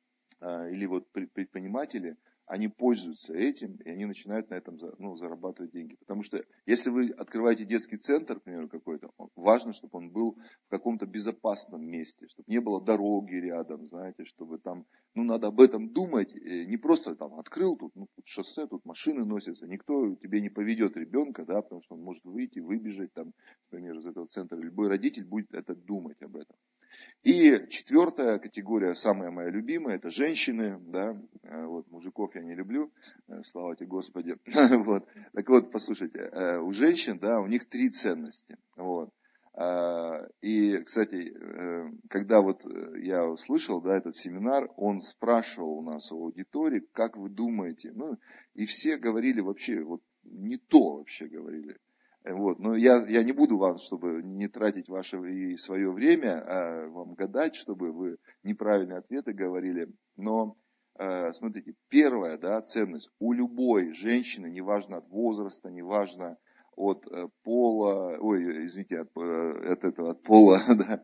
или вот предприниматели, они пользуются этим, и они начинают на этом зарабатывать деньги. Потому что если вы открываете детский центр, к примеру, какой-то, важно, чтобы он был в каком-то безопасном месте, чтобы не было дороги рядом, знаете, чтобы там, ну, надо об этом думать, не просто там открыл, тут шоссе, тут машины носятся, никто тебе не поведет ребенка, да, потому что он может выйти, выбежать там, например, из этого центра. Любой родитель будет думать об этом. И четвертая категория, самая моя любимая, это женщины, да, вот мужиков я не люблю, слава тебе Господи, вот, так вот, послушайте, у женщин, да, у них три ценности, вот, и, кстати, когда вот я услышал, да, этот семинар, он спрашивал у нас у аудитории, как вы думаете, ну, и все говорили вообще, вот, не то вообще говорили. Вот. Но я не буду вам, чтобы не тратить ваше и свое время, вам гадать, чтобы вы неправильные ответы говорили. Но смотрите, первая, да, ценность у любой женщины, неважно от возраста, неважно от пола, от пола, да,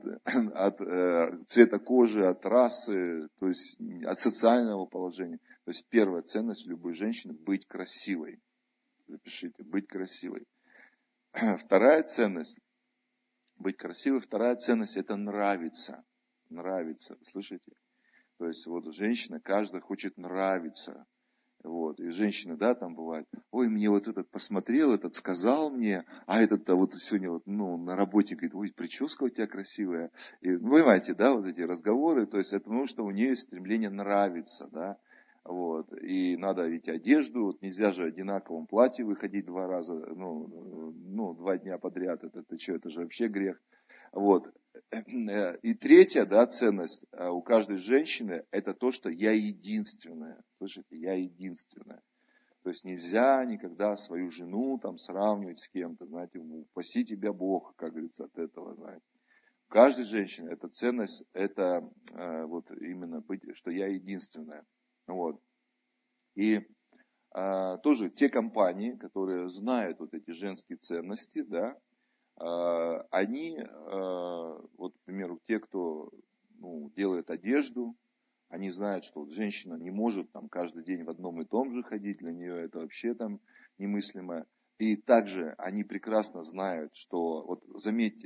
от цвета кожи, от расы, то есть от социального положения. То есть первая ценность любой женщины — быть красивой. Запишите, быть красивой. Вторая ценность, быть красивой, вторая ценность — это нравиться. Нравиться, слышите? То есть вот женщина, каждая хочет нравиться. Вот. И женщины, да, там бывает, ой, мне вот этот посмотрел, этот сказал мне, а этот-то вот сегодня вот, ну, на работе говорит, ой, прическа у тебя красивая. И, вы понимаете, да, вот эти разговоры, то есть это потому, что у нее есть стремление нравиться, да. Вот. И надо ведь одежду, вот нельзя же в одинаковом платье выходить 2 раза, 2 дня подряд, это что, это же вообще грех. Вот. И третья, да, ценность у каждой женщины — это то, что я единственная. Слышите, я единственная. То есть нельзя никогда свою жену там сравнивать с кем-то, знаете, упаси тебя Бог, как говорится, от этого, знаете. У каждой женщины эта ценность, это вот именно быть, что я единственная. Вот. И тоже те компании, которые знают вот эти женские ценности, да, они, вот, к примеру, те, кто делает одежду, Они знают, что вот женщина не может там каждый день в одном и том же ходить, для нее это вообще там немыслимо. И также они прекрасно знают, что, вот заметьте,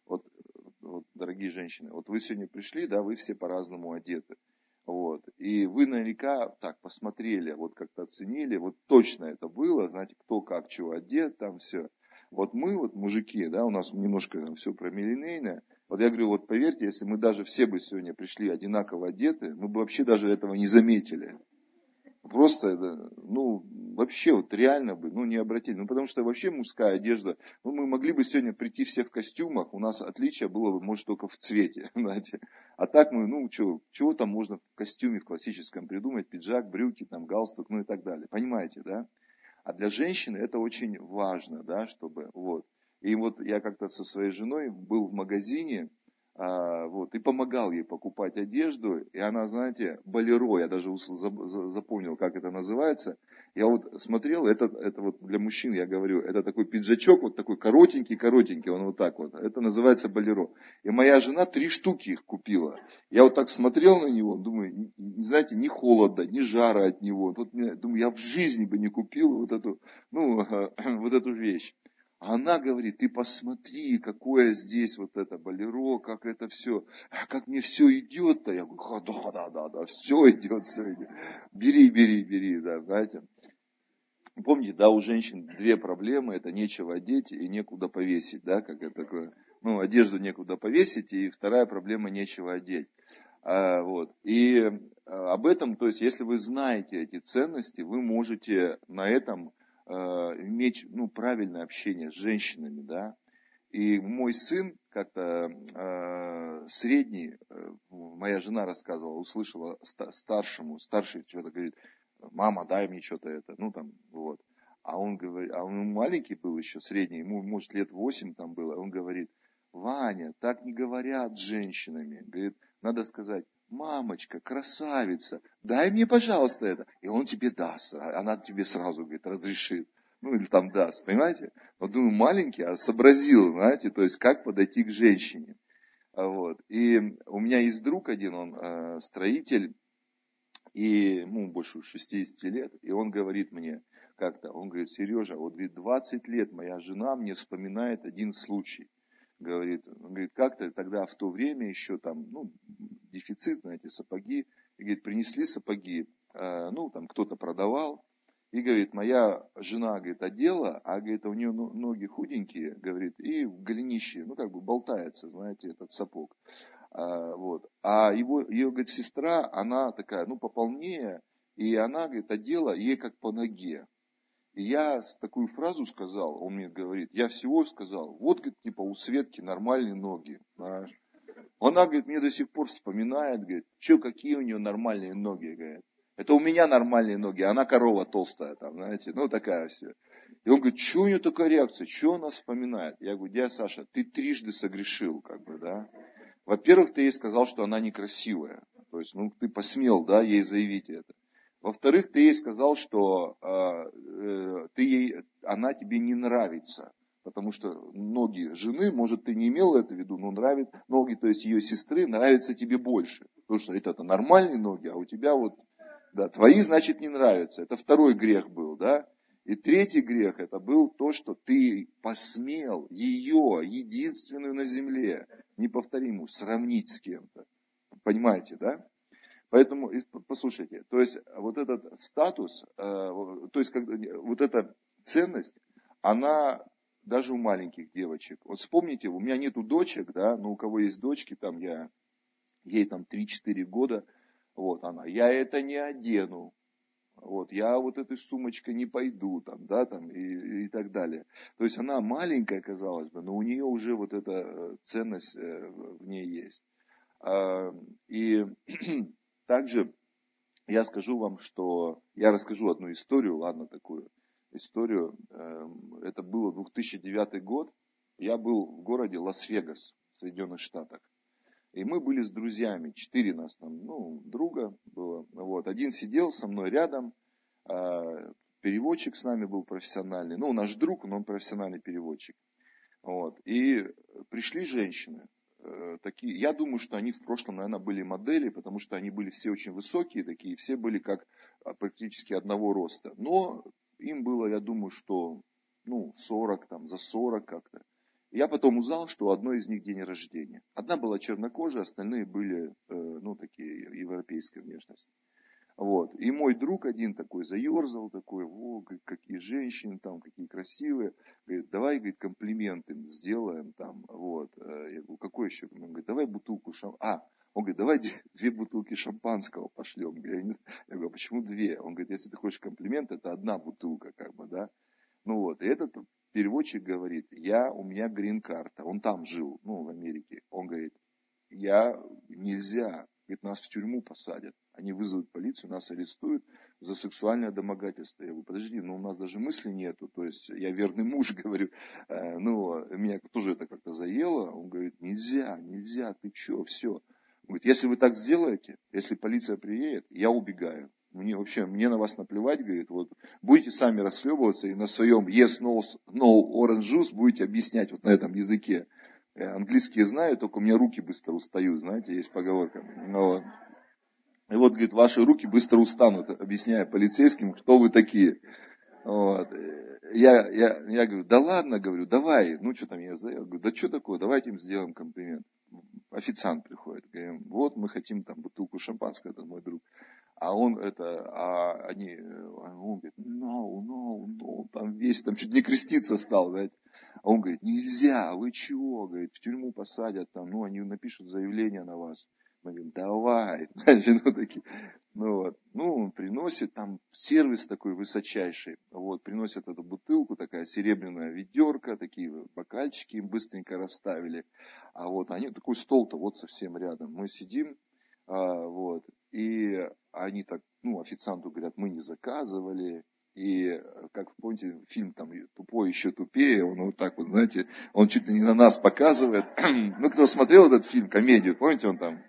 вот, дорогие женщины, вот вы сегодня пришли, да, вы все по-разному одеты. Вот. И вы наверняка так посмотрели, вот как-то оценили, вот точно это было, знаете, кто как чего одет, там все. Вот мы, вот мужики, да, у нас немножко там все промилинейное. Вот я говорю, вот поверьте, если мы даже все бы сегодня пришли одинаково одеты, мы бы вообще даже этого не заметили. Просто это, ну, вообще вот реально бы, ну, не обратили. Ну, потому что вообще мужская одежда, ну, мы могли бы сегодня прийти все в костюмах, у нас отличие было бы, может, только в цвете, знаете. А так мы, ну, чего там можно в костюме в классическом придумать, пиджак, брюки, там, галстук, ну и так далее. Понимаете, да? А для женщины это очень важно, да, чтобы, вот. И вот я как-то со своей женой был в магазине, вот, и помогал ей покупать одежду, и она, знаете, болеро, я даже запомнил, как это называется. Я вот смотрел, это вот для мужчин, я говорю, это такой пиджачок, вот такой коротенький, он вот так вот, это называется болеро. И моя жена 3 штуки их купила. Я вот так смотрел на него, думаю, не знаете, ни холода, ни жара от него. Тут, думаю, я в жизни бы не купил вот эту, ну, вот эту вещь. А она говорит, ты посмотри, какое здесь вот это болеро, как это все, как мне все идет-то. Я говорю, да, все идет, все идет. Бери, да, знаете. Помните, да, у женщин 2 проблемы, это нечего одеть и некуда повесить, да, как это такое. Ну, одежду некуда повесить, и вторая проблема нечего одеть. Вот. И об этом, то есть, если вы знаете эти ценности, вы можете на этом иметь, ну, правильное общение с женщинами, да. И мой сын как-то средний, моя жена рассказывала, услышала старший что-то говорит, мама, дай мне что-то это, ну там, вот. А он говорит, а он маленький был еще, средний, ему, может, лет 8 там было, он говорит, Ваня, так не говорят с женщинами. Говорит, надо сказать, мамочка, красавица, дай мне, пожалуйста, это. И он тебе даст, она тебе сразу, говорит, разрешит. Ну, или там даст, понимаете? Вот думаю, маленький, а сообразил, знаете, то есть, как подойти к женщине. Вот. И у меня есть друг один, он строитель, и ему больше 60 лет, и он говорит мне как-то, он говорит, Сережа, вот говорит, 20 лет моя жена мне вспоминает один случай. Говорит, он говорит, как-то тогда в то время еще там, ну, дефицит на эти сапоги, и говорит, принесли сапоги, ну, там кто-то продавал, и говорит, моя жена, говорит, одела, а говорит, у нее ноги худенькие, говорит, и в голенище, ну, как бы болтается, знаете, этот сапог. Вот. А ее, говорит, сестра, она такая, ну, пополнее, и она, говорит, одела ей как по ноге. И я такую фразу сказал, он мне говорит, я всего сказал, вот, говорит, типа у Светки нормальные ноги, знаешь. Она, говорит, мне до сих пор вспоминает, говорит, что, какие у нее нормальные ноги, говорит. Это у меня нормальные ноги, а она корова толстая, там, знаете, ну, такая все. И он говорит, что у нее такая реакция, что она вспоминает? Я говорю, дядя Саша, ты 3 согрешил, как бы, да. Во-первых, ты ей сказал, что она некрасивая. То есть, ну, ты посмел, да, ей заявить это. Во-вторых, ты ей сказал, что она тебе не нравится. Потому что ноги жены, может, ты не имел это в виду, но ноги, то есть ее сестры, нравятся тебе больше. Потому что это нормальные ноги, а у тебя вот, да, твои, значит, не нравятся. Это второй грех был, да. И третий грех, это был то, что ты посмел ее, единственную на земле, неповторимую, сравнить с кем-то. Понимаете, да? Поэтому, послушайте, то есть вот этот статус, то есть вот эта ценность, она даже у маленьких девочек. Вот вспомните, у меня нету дочек, да, но у кого есть дочки, там ей там 3-4 года, вот она, я это не одену, вот, я вот этой сумочкой не пойду, там, да, там, и так далее. То есть она маленькая, казалось бы, но у нее уже вот эта ценность в ней есть. И также я скажу вам, что я расскажу одну историю, ладно, такую историю. Это было 2009 год. Я был в городе Лас-Вегас, в Соединенных Штатах. И мы были с друзьями, 4 нас там, ну, друга было. Вот. Один сидел со мной рядом, переводчик с нами был профессиональный. Ну, наш друг, но он профессиональный переводчик. Вот. И пришли женщины. такие, я думаю, что они в прошлом, наверное, были модели, потому что они были все очень высокие такие, все были как практически одного роста. Но им было, я думаю, что 40, там, за 40 как-то. Я потом узнал, что у одной из них день рождения. Одна была чернокожая, остальные были, такие европейской внешности. Вот. И мой друг один такой заерзал, такой, говорит, какие женщины там, какие красивые. Говорит, давай, говорит, комплименты сделаем там. Вот. Я говорю, какой еще? Он говорит, давай бутылку шампанского. Он говорит, давай 2 бутылки шампанского пошлем. Я говорю, а почему 2? Он говорит, если ты хочешь комплимент, это 1 бутылка, как бы, да. И этот переводчик говорит, у меня грин-карта. Он там жил, в Америке. Он говорит, нельзя. Говорит, нас в тюрьму посадят. Они вызовут полицию, нас арестуют за сексуальное домогательство. Я говорю, подожди, у нас даже мысли нету. То есть я верный муж, говорю. Меня тоже это как-то заело. Он говорит, нельзя, ты что, все. Он говорит, если вы так сделаете, если полиция приедет, я убегаю. Мне на вас наплевать, говорит, будете сами расхлебываться и на своем yes, no orange juice будете объяснять на этом языке. Английский знаю, только у меня руки быстро устают, знаете, есть поговорка. И говорит, ваши руки быстро устанут, объясняя полицейским, кто вы такие. Я говорю, да ладно, говорю, давай, что там я заел. Говорю, да что такое, давайте им сделаем комплимент. Официант приходит, говорим, мы хотим там бутылку шампанского, это мой друг. Он говорит, no, там весь, там чуть не креститься стал, знаете. Он говорит, нельзя, вы чего, говорит, в тюрьму посадят, там, они напишут заявление на вас. Мы говорим, давай, такие. Он приносит, там сервис такой высочайший, приносит эту бутылку, такая серебряная ведерко, такие бокальчики им быстренько расставили. Они такой стол-то совсем рядом. Мы сидим, и они так, официанту говорят, мы не заказывали. И, как помните, фильм там «Тупой еще тупее», он знаете, он чуть ли не на нас показывает. Кто смотрел этот фильм, комедию, помните, он там?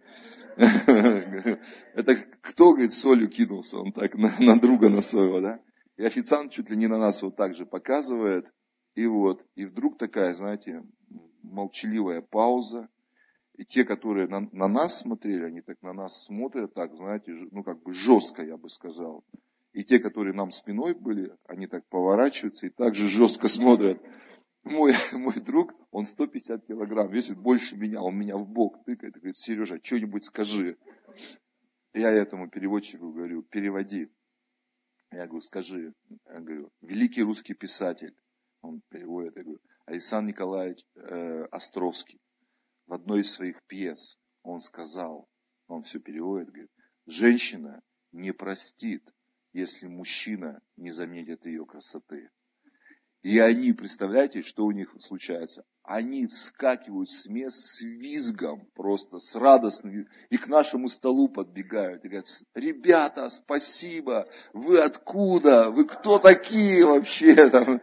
Это кто, говорит, солью кинулся, он так на друга на своего, да? И официант чуть ли не на нас так же показывает. И вдруг такая, знаете, молчаливая пауза. И те, которые на нас смотрели, они так на нас смотрят, так, знаете, жестко, я бы сказал. И те, которые нам спиной были, они так поворачиваются и так же жестко смотрят. Мой друг, он 150 килограмм, весит больше меня, он меня в бок тыкает и говорит, Сережа, что-нибудь скажи. Я этому переводчику говорю, переводи. Я говорю, скажи. Я говорю, великий русский писатель. Он переводит, я говорю, Александр Николаевич Островский. В одной из своих пьес он сказал, он все переводит, говорит, женщина не простит, если мужчина не заметит ее красоты. И они, представляете, что у них случается? Они вскакивают с мест с визгом, просто с радостным, и к нашему столу подбегают и говорят, ребята, спасибо, вы откуда, вы кто такие вообще?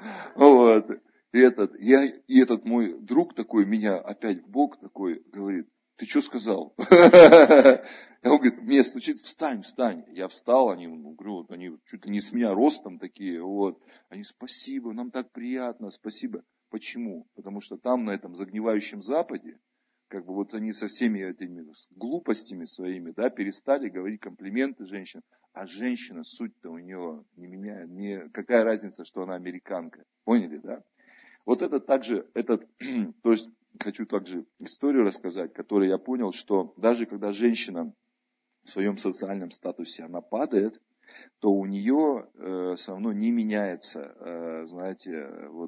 И этот мой друг такой, меня опять в бок такой, говорит, ты что сказал? Он говорит, мне стучит, встань. Я встал, они чуть ли не с меня ростом такие, Они, спасибо, нам так приятно, спасибо. Почему? Потому что там, на этом загнивающем Западе, они со всеми этими глупостями своими, перестали говорить комплименты женщинам. А женщина, суть-то у нее не меняет, какая разница, что она американка. Поняли, да? Это также, то есть, хочу также историю рассказать, которую я понял, что даже когда женщина в своем социальном статусе она падает, то у нее все равно не меняется, знаете,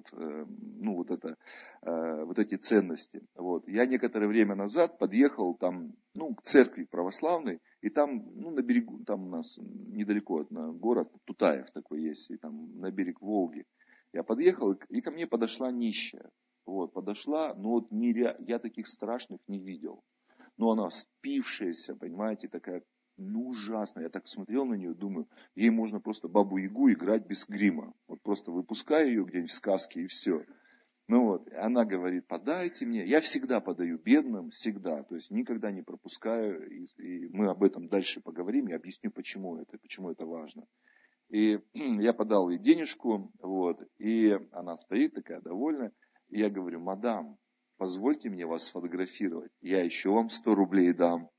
эти ценности. Я некоторое время назад подъехал там, к церкви православной, и там, на берегу, там у нас недалеко от город Тутаев такой есть, и там на берег Волги. Я подъехал, и ко мне подошла нищая. Подошла, но я таких страшных не видел. Но она спившаяся, понимаете, такая, ужасная. Я так смотрел на нее, думаю, ей можно просто бабу-ягу играть без грима. Просто выпускаю ее где-нибудь в сказке и все. Она говорит, подайте мне. Я всегда подаю бедным, всегда. То есть никогда не пропускаю. И мы об этом дальше поговорим. Я объясню, почему это важно. И я подал ей денежку, и она стоит такая довольная. И я говорю, мадам, позвольте мне вас сфотографировать, я еще вам 100 рублей дам.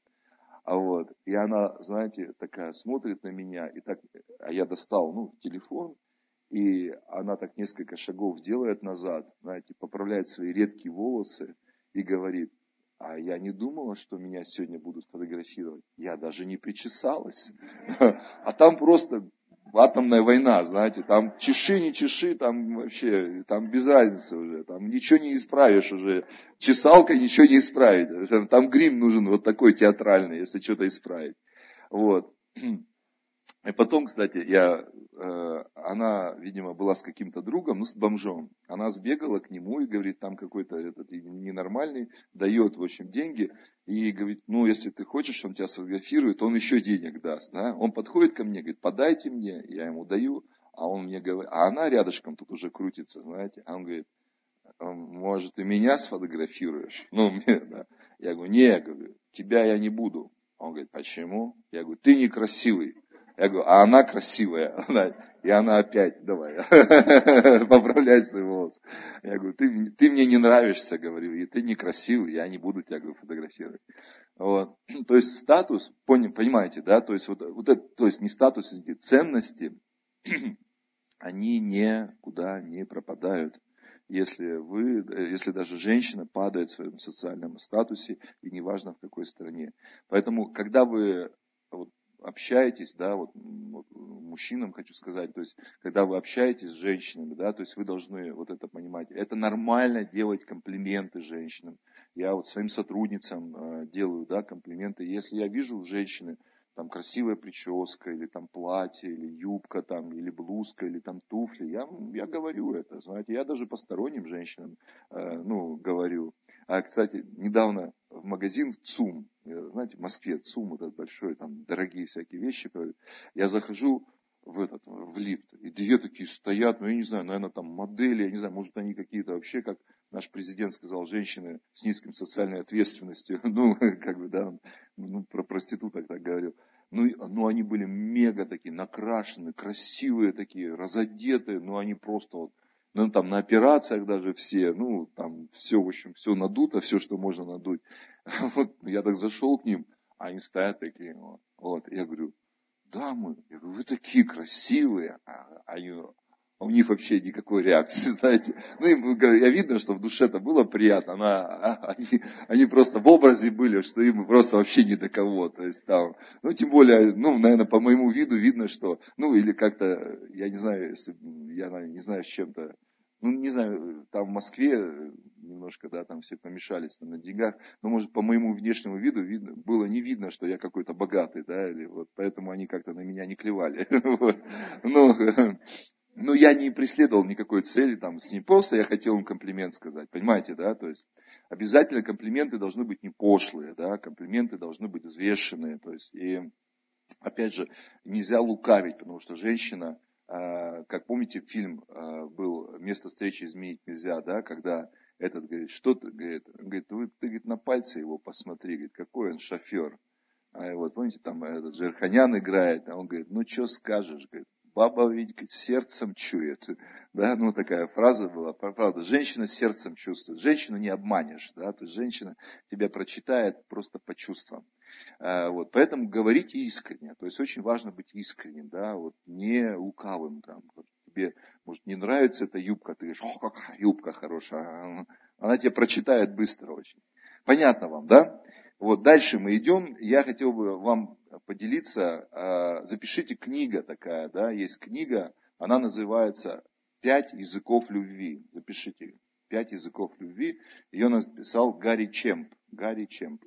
И она, знаете, такая смотрит на меня, а я достал, телефон, и она так несколько шагов делает назад, знаете, поправляет свои редкие волосы и говорит: а я не думала, что меня сегодня будут фотографировать. Я даже не причесалась. А там просто атомная война, знаете, там чеши, не чеши, там вообще, там без разницы уже, там ничего не исправишь уже. Чесалкой ничего не исправить. Там грим нужен вот такой театральный, если что-то исправить. Вот. И потом, кстати, она, видимо, была с каким-то другом, с бомжом. Она сбегала к нему и говорит, там какой-то этот ненормальный, дает, в общем, деньги. И говорит, если ты хочешь, он тебя сфотографирует, он еще денег даст. Да? Он подходит ко мне, говорит, подайте мне, я ему даю. А он мне говорит, а она рядышком тут уже крутится, знаете. А он говорит, может, ты меня сфотографируешь? Да. Я говорю, не, говорю, тебя я не буду. Он говорит, почему? Я говорю, ты некрасивый. Я говорю, а она красивая. И она опять, давай, поправляй свои волосы. Я говорю, ты мне не нравишься, говорю, и ты некрасивый, я не буду тебя, говорю, фотографировать. Вот. То есть статус, понимаете, да, то есть то есть не статус, а ценности, они никуда не пропадают. Если даже женщина падает в своем социальном статусе, и неважно в какой стране. Поэтому, когда вы общаетесь, да, мужчинам хочу сказать, то есть, когда вы общаетесь с женщинами, да, то есть вы должны это понимать. Это нормально делать комплименты женщинам. Я своим сотрудницам делаю, да, комплименты. Если я вижу у женщины там красивая прическа, или там платье, или юбка, там, или блузка, или там туфли, я говорю это, знаете, я даже посторонним женщинам, говорю. А, кстати, недавно в магазин в ЦУМ, знаете, в Москве ЦУМ этот большой, там дорогие всякие вещи, я захожу в лифт, и две такие стоят, я не знаю, наверное, там модели, я не знаю, может, они какие-то вообще, как наш президент сказал, женщины с низким социальной ответственностью, про проституток так говорил. Они были мега такие, накрашенные, красивые такие, разодетые, они просто там на операциях даже все, там все, в общем, все надуто, все, что можно надуть. Я так зашел к ним, а они стоят такие, я говорю, дамы, вы такие красивые, у них вообще никакой реакции, знаете. Я видно, что в душе-то было приятно, они просто в образе были, что им просто вообще ни до кого. То есть там, тем более, наверное, по моему виду видно, что, или как-то, я не знаю, с чем-то, не знаю, там в Москве немножко, да, там все помешались на деньгах, но, может, по моему внешнему виду было не видно, что я какой-то богатый, да, или поэтому они как-то на меня не клевали. Но я не преследовал никакой цели там с ним, просто я хотел им комплимент сказать, понимаете, да, то есть обязательно комплименты должны быть не пошлые, да, комплименты должны быть взвешенные, то есть, и опять же, нельзя лукавить, потому что женщина, как помните, фильм был «Место встречи изменить нельзя», да, когда этот говорит, что ты, говорит, ты говорит, на пальцы его посмотри, говорит, какой он шофер. Помните, там этот Джерханян играет, а он говорит, что скажешь, говорит, баба ведь сердцем чует, да, такая фраза была, правда, женщина сердцем чувствует, женщину не обманешь, да, то есть женщина тебя прочитает просто по чувствам, поэтому говорите искренне, то есть очень важно быть искренним, да, не лукавым, там, тебе, может, не нравится эта юбка, ты говоришь, какая юбка хорошая, она тебя прочитает быстро очень, понятно вам, да? Дальше мы идем. Я хотел бы вам поделиться. Запишите, книга такая, да, есть книга. Она называется «5 языков любви». Запишите. 5 языков любви. Ее написал Гарри Чемп. Гарри Чемп.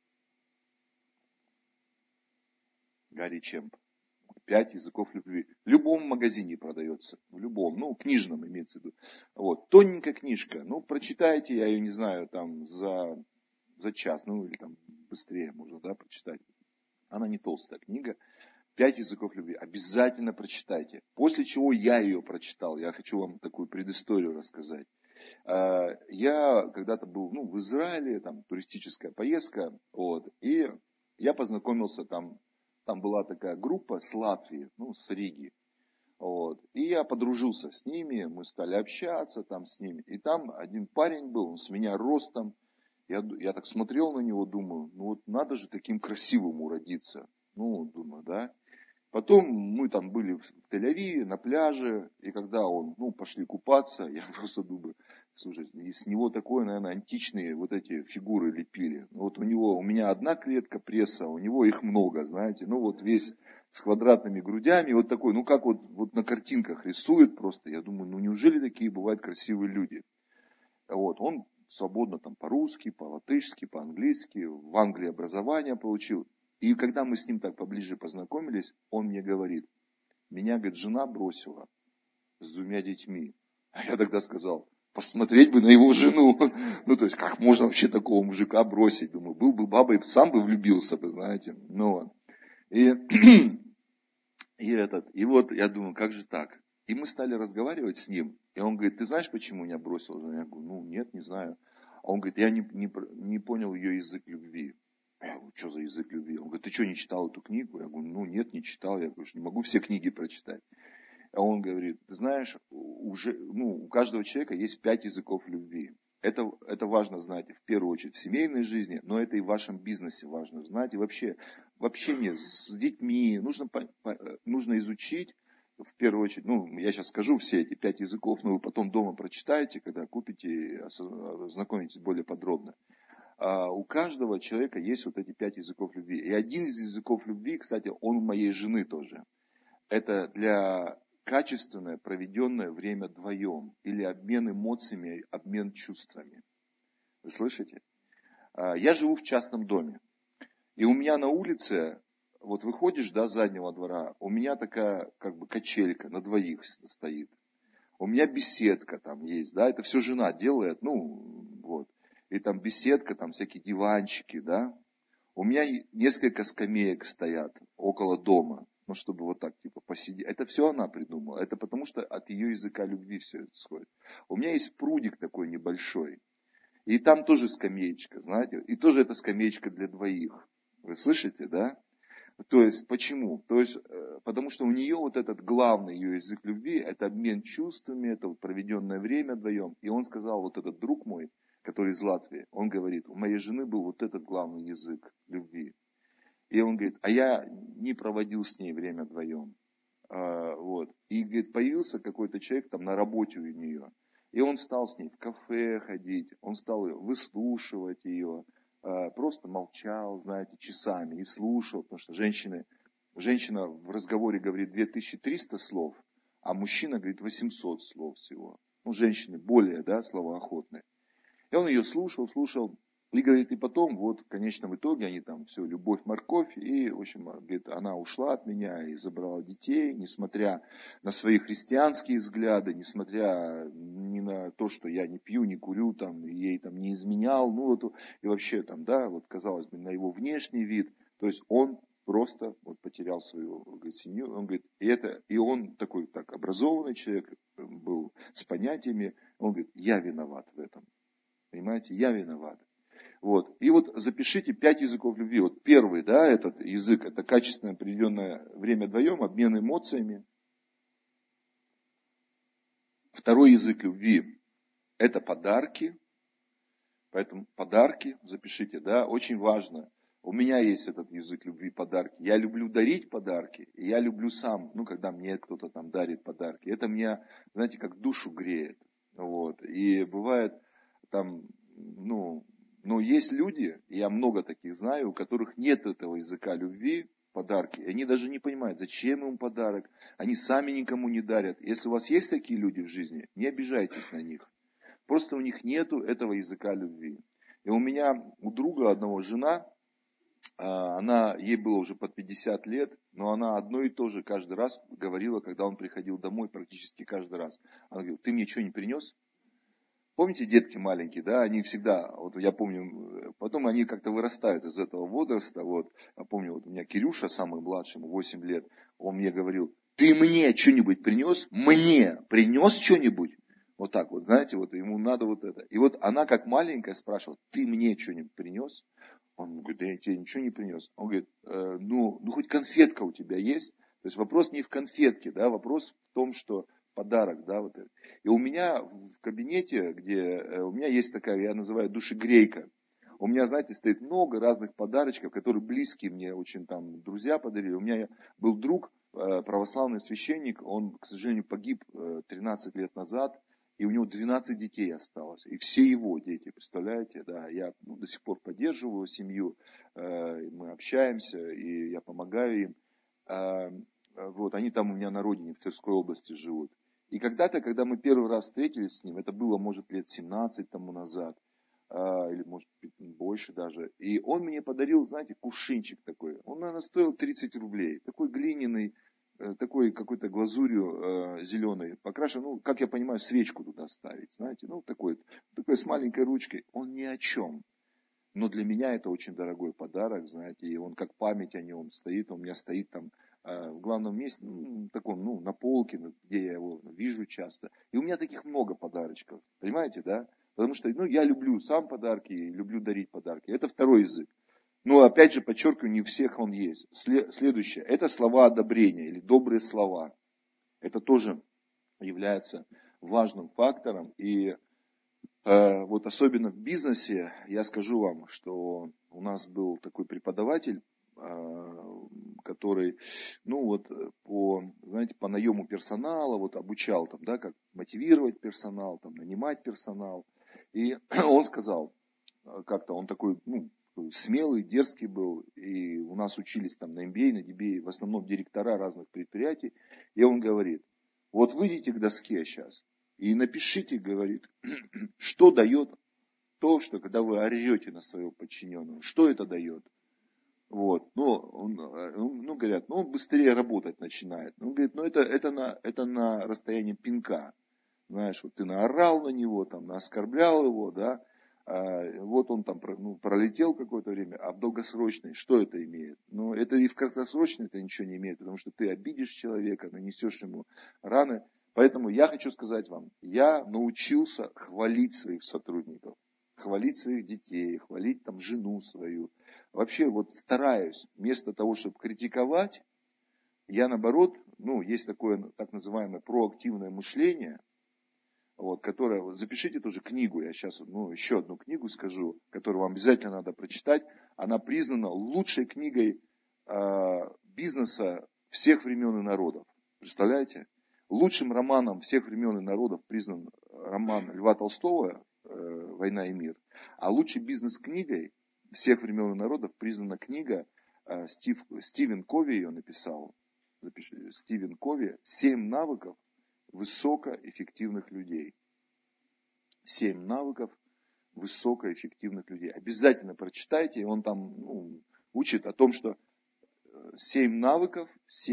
5 языков любви. В любом магазине продается. В любом. Книжном имеется в виду. Тоненькая книжка. Прочитайте, я ее не знаю, там за час, или там быстрее можно, да, прочитать. Она не толстая книга. 5 языков любви. Обязательно прочитайте. После чего я ее прочитал. Я хочу вам такую предысторию рассказать. Я когда-то был в Израиле, там туристическая поездка, и я познакомился там была такая группа с Латвии, с Риги. Вот. И я подружился с ними, мы стали общаться там с ними. И там один парень был, он с меня ростом. Я так смотрел на него, думаю, ну вот надо же таким красивым уродиться. Ну, думаю, да. Потом мы там были в Тель-Авиве на пляже, и когда пошли купаться, я просто думаю, слушай, с него такое, наверное, античные вот эти фигуры лепили. Ну, вот у меня одна клетка пресса, у него их много, знаете, ну вот весь с квадратными грудями, вот такой, ну как вот на картинках рисует просто. Я думаю, ну неужели такие бывают красивые люди? Вот, он свободно там по-русски, по-латышски, по-английски, в Англии образование получил. И когда мы с ним так поближе познакомились, он мне говорит, меня, говорит, жена бросила с 2 детьми. А я тогда сказал, посмотреть бы на его жену. Ну, то есть, как можно вообще такого мужика бросить? Думаю, был бы бабой, сам бы влюбился бы, знаете. Ну, вот. И вот я думаю, как же так? И мы стали разговаривать с ним. И он говорит, ты знаешь, почему меня бросила? Я говорю, ну, нет, не знаю. А он говорит, я не понял ее язык любви. Я говорю, что за язык любви? Он говорит, ты что, не читал эту книгу? Я говорю, ну, нет, не читал. Я говорю, не могу все книги прочитать. А он говорит, ты знаешь, у каждого человека есть 5 языков любви. Это важно знать в первую очередь в семейной жизни, но это и в вашем бизнесе важно знать. И вообще в общении с детьми нужно изучить в первую очередь. Я сейчас скажу все эти 5 языков, но вы потом дома прочитаете, когда купите, знакомитесь более подробно. У каждого человека есть вот эти 5 языков любви. И один из языков любви, кстати, он у моей жены тоже. Это для качественное проведенное время вдвоем или обмен эмоциями, обмен чувствами. Вы слышите? Я живу в частном доме. И у меня на улице, вот выходишь, да, с заднего двора, у меня такая как бы качелька на двоих стоит. У меня беседка там есть, да, это все жена делает, вот. И там беседка, там всякие диванчики, да. У меня несколько скамеек стоят около дома. Чтобы вот так, типа, посидеть. Это все она придумала. Это потому, что от ее языка любви все это исходит. У меня есть прудик такой небольшой. И там тоже скамеечка, знаете. И тоже это скамеечка для двоих. Вы слышите, да? То есть, почему? То есть, потому что у нее вот этот главный ее язык любви, это обмен чувствами, это вот проведенное время вдвоем. И он сказал, вот этот друг мой, который из Латвии, он говорит, у моей жены был вот этот главный язык любви. И он говорит, а я не проводил с ней время вдвоем. Вот. И, говорит, появился какой-то человек там на работе у нее. И он стал с ней в кафе ходить, он стал выслушивать ее, просто молчал, знаете, часами и слушал, потому что женщина в разговоре говорит 2300 слов, а мужчина говорит 800 слов всего. Женщины более, да, словоохотные. И он ее слушал, и говорит, и потом, вот, в конечном итоге, они там, все, любовь, морковь, и, в общем, говорит, она ушла от меня и забрала детей, несмотря на свои христианские взгляды, несмотря ни на то, что я не пью, не курю, там, ей там не изменял, и вообще там, да, вот, казалось бы, на его внешний вид, то есть он просто вот потерял свою, говорит, семью, он говорит, и он такой, так, образованный человек был, с понятиями, он говорит, я виноват в этом. Понимаете, я виноват. Вот. И вот запишите 5 языков любви. Вот первый, да, этот язык, это качественное проведенное время вдвоем, обмен эмоциями. Второй язык любви – это подарки. Поэтому подарки запишите, да, очень важно. У меня есть этот язык любви, подарки. Я люблю дарить подарки, и я люблю сам, когда мне кто-то там дарит подарки. Это меня, знаете, как душу греет. Вот. И бывает там, но есть люди, я много таких знаю, у которых нет этого языка любви, подарки. И они даже не понимают, зачем им подарок. Они сами никому не дарят. Если у вас есть такие люди в жизни, не обижайтесь на них. Просто у них нету этого языка любви. И у друга одного жена, ей было уже под 50 лет, но она одно и то же каждый раз говорила, когда он приходил домой, практически каждый раз. Она говорила, ты мне что, не принес? Помните, детки маленькие, да, они всегда, вот я помню, потом они как-то вырастают из этого возраста, вот, я помню, вот у меня Кирюша, самый младший, ему 8 лет, он мне говорил, ты мне что-нибудь принес? Мне принес что-нибудь? Вот так вот, знаете, вот ему надо вот это. И вот она как маленькая спрашивала, ты мне что-нибудь принес? Он говорит, да я тебе ничего не принес. Он говорит, ну хоть конфетка у тебя есть? То есть вопрос не в конфетке, да, вопрос в том, что подарок, да, вот это. И у меня в кабинете, где у меня есть такая, я называю душегрейка. У меня, знаете, стоит много разных подарочков, которые близкие мне очень там друзья подарили. У меня был друг, православный священник, он, к сожалению, погиб 13 лет назад, и у него 12 детей осталось. И все его дети, представляете, да, я до сих пор поддерживаю семью, мы общаемся, и я помогаю им. Вот, они там у меня на родине, в Тверской области живут. И когда-то, когда мы первый раз встретились с ним, это было, может, лет 17 тому назад, или, может, больше даже. И он мне подарил, знаете, кувшинчик такой. Он, наверное, стоил 30 рублей. Такой глиняный, такой какой-то глазурью зеленой покрашен. Ну, как я понимаю, свечку туда ставить, знаете. Ну, такой с маленькой ручкой. Он ни о чем. Но для меня это очень дорогой подарок, знаете. И он как память о нем стоит. Он у меня стоит там в главном месте, таком, на полке, где я его вижу часто. И у меня таких много подарочков. Понимаете, да? Потому что, я люблю сам подарки, люблю дарить подарки. Это второй язык. Но, опять же, подчеркиваю, не у всех он есть. Следующее. Это слова одобрения или добрые слова. Это тоже является важным фактором. И вот особенно в бизнесе, я скажу вам, что у нас был такой преподаватель, который, по наему персонала, обучал там, да, как мотивировать персонал, там, нанимать персонал. И он сказал, как-то он такой, смелый, дерзкий был, и у нас учились там на MBA, на DBA, в основном директора разных предприятий, и он говорит, вот выйдите к доске сейчас и напишите, говорит, что дает то, что когда вы орете на своего подчиненного, что это дает? Вот, говорят, он быстрее работать начинает. Он говорит, это на расстоянии пинка. Знаешь, вот ты наорал на него, там, наоскорблял его, да, вот он там пролетел какое-то время, а в долгосрочной что это имеет? Это и в краткосрочной это ничего не имеет, потому что ты обидишь человека, нанесешь ему раны. Поэтому я хочу сказать вам, я научился хвалить своих сотрудников, хвалить своих детей, хвалить там жену свою. Вообще стараюсь, вместо того, чтобы критиковать, я наоборот, есть такое так называемое проактивное мышление, которое, запишите тоже книгу, я сейчас еще одну книгу скажу, которую вам обязательно надо прочитать. Она признана лучшей книгой бизнеса всех времен и народов. Представляете? Лучшим романом всех времен и народов признан роман Льва Толстого «Война и мир». А лучшей бизнес-книгой всех времен и народов признана книга Стивен Кови ее написал. Стивен Кови «7 навыков высокоэффективных людей». 7 навыков высокоэффективных людей. Обязательно прочитайте. Он там учит о том, что 7 навыков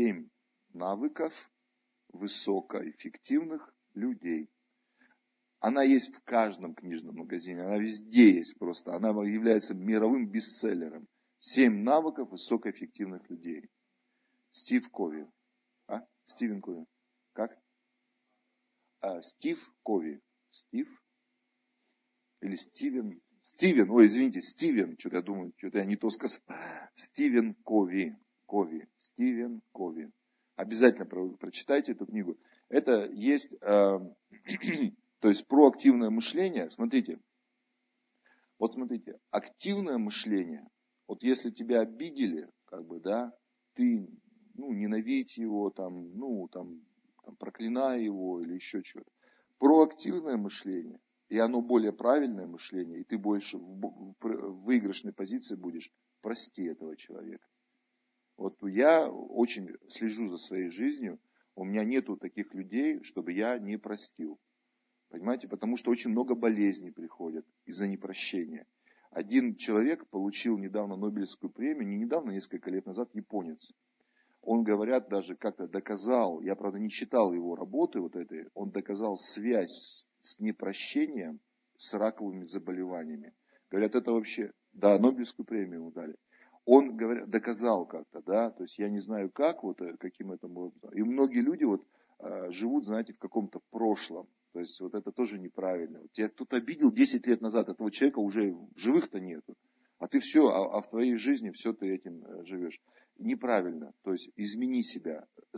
высокоэффективных людей. Она есть в каждом книжном магазине. Она везде есть просто. Она является мировым бестселлером. 7 навыков высокоэффективных людей. Стив Кови. Стивен Кови. Как? Стив Кови. Стив? Или Стивен? Стивен. Что-то я думаю, что-то я не то сказал. Стивен Кови. Стивен Кови. Обязательно прочитайте эту книгу. Это есть, то есть проактивное мышление. Смотрите, активное мышление. Если тебя обидели, ты, ненавидь его, проклинай его или еще что-то. Проактивное мышление, и оно более правильное мышление, и ты больше в выигрышной позиции будешь, прости этого человека. Я очень слежу за своей жизнью, у меня нету таких людей, чтобы я не простил. Понимаете, потому что очень много болезней приходят из-за непрощения. Один человек получил недавно Нобелевскую премию, не недавно, несколько лет назад, японец. Он, говорят, даже как-то доказал, я, правда, не читал его работы он доказал связь с непрощением с раковыми заболеваниями. Говорят, это вообще, Нобелевскую премию ему дали. Он, говорят, доказал как-то, то есть я не знаю как, каким это может быть. И многие люди живут, знаете, в каком-то прошлом. То есть это тоже неправильно. Тебя кто-то обидел 10 лет назад, этого человека уже в живых-то нету. А ты все, в твоей жизни все ты этим живешь. Неправильно. То есть измени себя.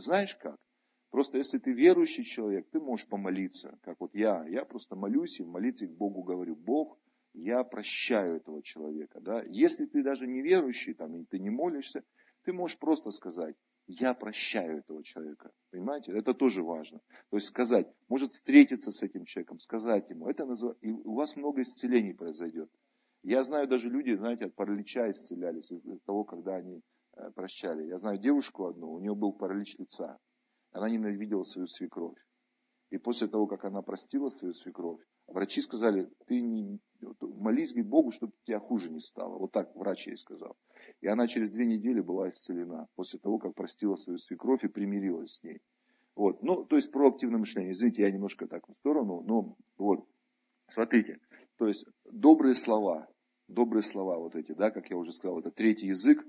знаешь как? Просто если ты верующий человек, ты можешь помолиться, как вот я. Я просто молюсь и в молитве к Богу говорю: Бог, я прощаю этого человека. Да? Если ты даже не верующий, там, и ты не молишься, ты можешь просто сказать: я прощаю этого человека. Понимаете? Это тоже важно. То есть сказать, может встретиться с этим человеком, сказать ему. Это и у вас много исцелений произойдет. Я знаю даже люди, знаете, от паралича исцелялись из-за того, когда они прощали. Я знаю девушку одну, у нее был паралич лица. Она ненавидела свою свекровь. И после того, как она простила свою свекровь, врачи сказали: ты не, молись Богу, чтобы у тебя хуже не стало. Вот так врач ей сказал. И она через 2 недели была исцелена, после того, как простила свою свекровь и примирилась с ней. Вот. Ну, то есть проактивное мышление. Извините, я немножко так в сторону, но вот, смотрите. То есть добрые слова вот эти, да, как я уже сказал, это третий язык.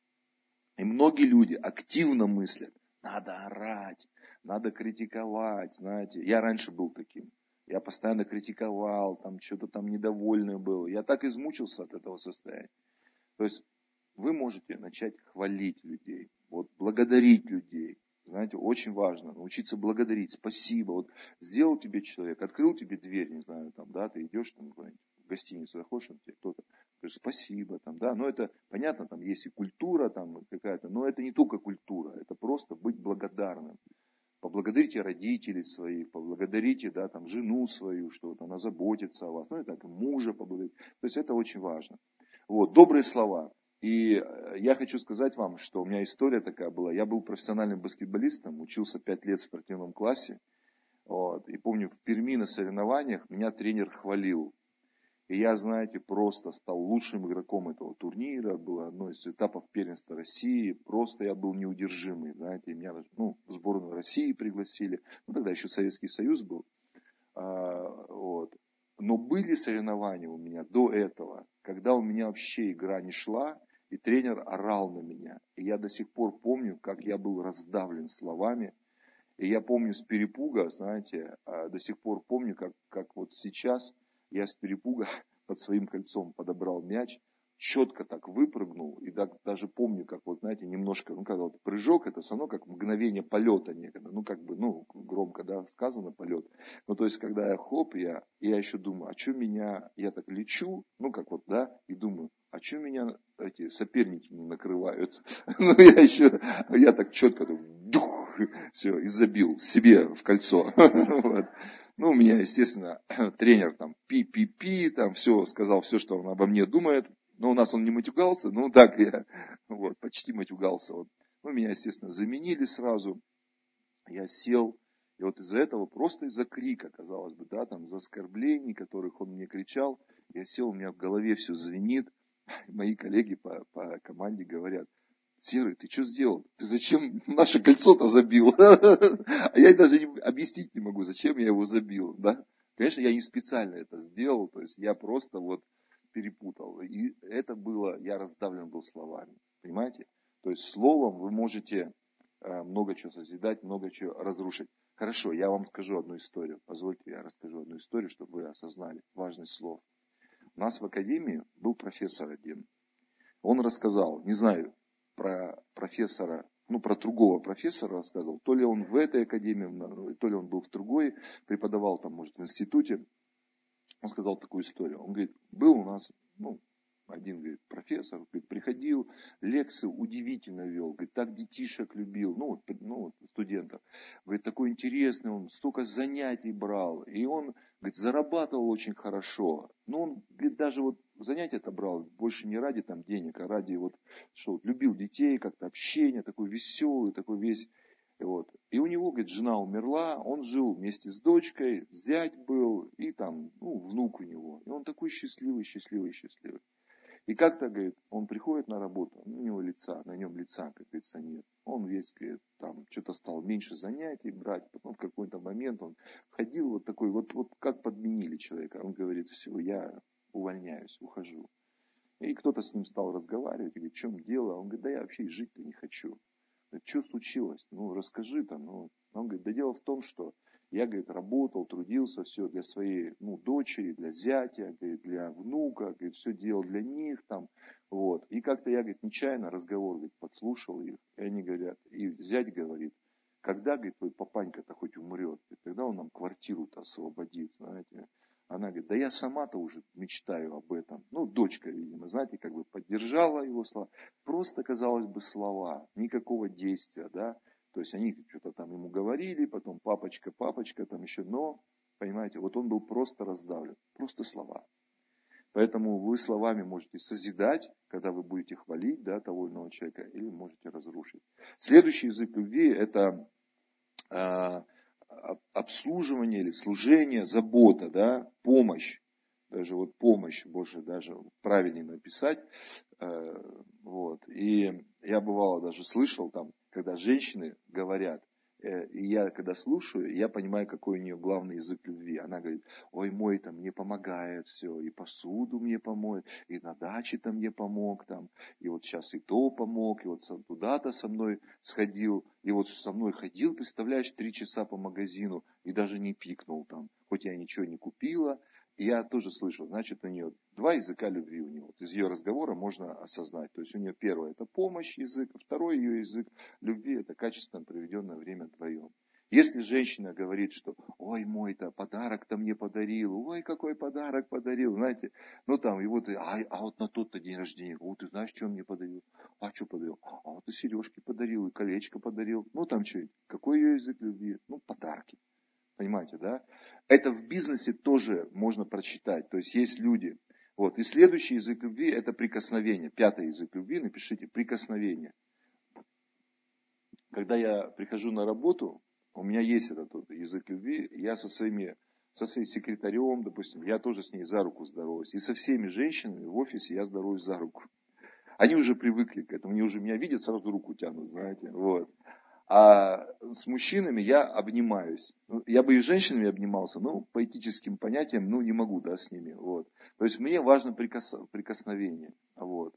И многие люди активно мыслят: надо орать, надо критиковать, знаете. Я раньше был таким. Я постоянно критиковал, там что-то там недовольный был. Я так измучился от этого состояния. То есть вы можете начать хвалить людей, вот, благодарить людей. Знаете, очень важно научиться благодарить. Спасибо. Вот сделал тебе человек, открыл тебе дверь, не знаю, там, да, ты идешь там в гостиницу, заходишь, там тебе кто-то говорит: спасибо, там, да, но это понятно, там есть и культура там какая-то, но это не только культура, это просто быть благодарным. Поблагодарите родителей своих, поблагодарите, да, там, жену свою, что вот она заботится о вас, ну и так, мужа поблагодарить. То есть это очень важно. Вот, добрые слова. И я хочу сказать вам, что у меня история такая была. Я был профессиональным баскетболистом, учился 5 лет в спортивном классе. Вот, и помню, в Перми на соревнованиях меня тренер хвалил. И я, знаете, просто стал лучшим игроком этого турнира. Было одно из этапов первенства России. Просто я был неудержимый. Знаете, меня в сборную России пригласили. Ну, тогда еще Советский Союз был. Вот. Но были соревнования у меня до этого, когда у меня вообще игра не шла, и тренер орал на меня. И я до сих пор помню, как я был раздавлен словами. И я помню с перепуга, знаете, до сих пор помню, как вот сейчас я с перепуга под своим кольцом подобрал мяч, четко так выпрыгнул, и даже помню, как вот, знаете, немножко, ну, когда вот прыжок, это все равно как мгновение полета некогда, ну, как бы, ну, громко, да, сказано полет. Ну, то есть, когда я хоп, я еще думаю: а что меня, я так лечу, ну, как вот, да, и думаю: а что меня эти соперники не накрывают? Ну, я так четко думаю: все, и забил себе в кольцо. Вот. Ну, у меня, естественно, тренер там пи-пи-пи, там все, сказал все, что он обо мне думает. Но у нас он не матюгался, ну так я вот, почти матюгался. Вот. Ну, меня, естественно, заменили сразу. Я сел, и вот из-за этого, просто из-за крика, казалось бы, да, там, из-за оскорблений, которых он мне кричал, я сел, у меня в голове все звенит. Мои коллеги по команде говорят: Серый, ты что сделал? Ты зачем наше кольцо-то забил? А я даже объяснить не могу, зачем я его забил. Да? Конечно, я не специально это сделал, то есть я просто вот перепутал. И это было, я раздавлен был словами. Понимаете? То есть словом вы можете много чего созидать, много чего разрушить. Хорошо, я вам скажу одну историю. Позвольте, я расскажу одну историю, чтобы вы осознали важность слов. У нас в академии был профессор один. Он рассказал, не знаю, про профессора, ну, про другого профессора рассказывал. То ли он в этой академии, то ли он был в другой, преподавал там, может, в институте. Он сказал такую историю. Он говорит: был у нас, ну, один, говорит, профессор, говорит, приходил, лекции удивительно вел, говорит, так детишек любил, ну, студентов. Говорит, такой интересный, он столько занятий брал, и он, говорит, зарабатывал очень хорошо. Но он, говорит, даже вот занятия-то брал больше не ради там денег, а ради вот, что вот, любил детей, как-то общение, такой веселый, такой весь. Вот. И у него, говорит, жена умерла, он жил вместе с дочкой, зять был, и там, ну, внук у него. И он такой счастливый. И как-то, говорит, он приходит на работу, у него на нем лица, как говорится, нет. Он весь, говорит, там, что-то стал меньше занятий брать, потом в какой-то момент он ходил вот такой, вот как подменили человека. Он говорит: все, я увольняюсь, ухожу. И кто-то с ним стал разговаривать, говорит: в чем дело? Он говорит: да я вообще жить-то не хочу. Говорит: что случилось? Ну, расскажи-то. Ну, он говорит: да дело в том, что я, говорит, работал, трудился, все для своей, ну, дочери, для зятя, говорит, для внука, говорит, все делал для них там, вот. И как-то я, говорит, нечаянно разговор, говорит, подслушал их, и они говорят, и зять говорит: когда, говорит, твой папанька-то хоть умрет, тогда он нам квартиру-то освободит, знаете. Она говорит, да я сама-то уже мечтаю об этом. Ну, дочка, видимо, знаете, как бы поддержала его слова. Просто, казалось бы, слова, никакого действия, да. То есть они что-то там ему говорили, потом папочка, там еще, но, понимаете, вот он был просто раздавлен, просто слова. Поэтому вы словами можете созидать, когда вы будете хвалить, да, того или иного человека, или можете разрушить. Следующий язык любви – это обслуживание или служение, забота, да, помощь. Даже вот помощь, больше даже правильнее написать. Вот. И я бывало даже слышал там, когда женщины говорят, и я когда слушаю, я понимаю, какой у нее главный язык любви. Она говорит, ой, мой там мне помогает все, и посуду мне помоет, и на даче там мне помог, там, и вот сейчас и то помог, и вот туда-то со мной сходил, и вот со мной ходил, представляешь, 3 часа по магазину, и даже не пикнул там, хоть я ничего не купила. И я тоже слышал, значит, у нее 2 языка любви у нее. Вот из ее разговора можно осознать. То есть у нее первое это помощь язык, а второй ее язык любви это качественно проведенное время вдвоем. Если женщина говорит, что ой, мой-то подарок-то мне подарил, ой, какой подарок подарил, знаете, ну там, и вот, а вот на тот-то день рождения, о, ты знаешь, что он мне подарил? А что подарил? А вот и сережки подарил, и колечко подарил, ну там что, какой ее язык любви? Ну, подарки. Понимаете, да? Это в бизнесе тоже можно прочитать. То есть есть люди. Вот. И следующий язык любви это прикосновение. 5-й язык любви, напишите прикосновение. Когда я прихожу на работу, у меня есть этот вот язык любви, я со своим секретарем, допустим, я тоже с ней за руку здороваюсь. И со всеми женщинами в офисе я здороваюсь за руку. Они уже привыкли к этому, они уже меня видят, сразу руку тянут, знаете. Вот. А с мужчинами я обнимаюсь. Я бы и с женщинами обнимался, но по этическим понятиям, не могу, да, с ними. Вот. То есть мне важно прикосновение. Вот.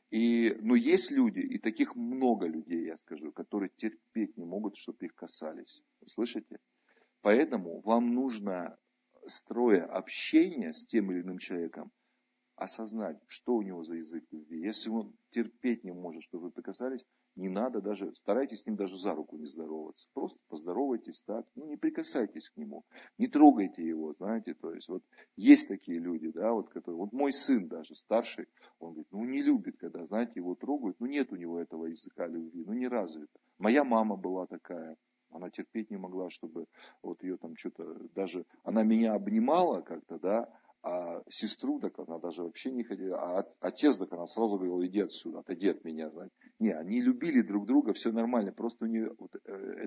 Но есть люди, и таких много людей, я скажу, которые терпеть не могут, чтобы их касались. Слышите? Поэтому вам нужно, строя общение с тем или иным человеком, осознать, что у него за язык любви. Если он терпеть не может, чтобы вы прикасались, не надо даже, старайтесь с ним даже за руку не здороваться. Просто поздоровайтесь так, не прикасайтесь к нему, не трогайте его, знаете. То есть вот есть такие люди, да, вот которые, вот мой сын даже старший, он говорит, не любит, когда, знаете, его трогают, нет у него этого языка любви, не развито. Моя мама была такая. Она терпеть не могла, чтобы вот ее там что-то, даже она меня обнимала как-то, да, а сестру, так она даже вообще не ходила, а отец, так она сразу говорила, иди отсюда, отойди от меня, знаете. Не, они любили друг друга, все нормально, просто у нее вот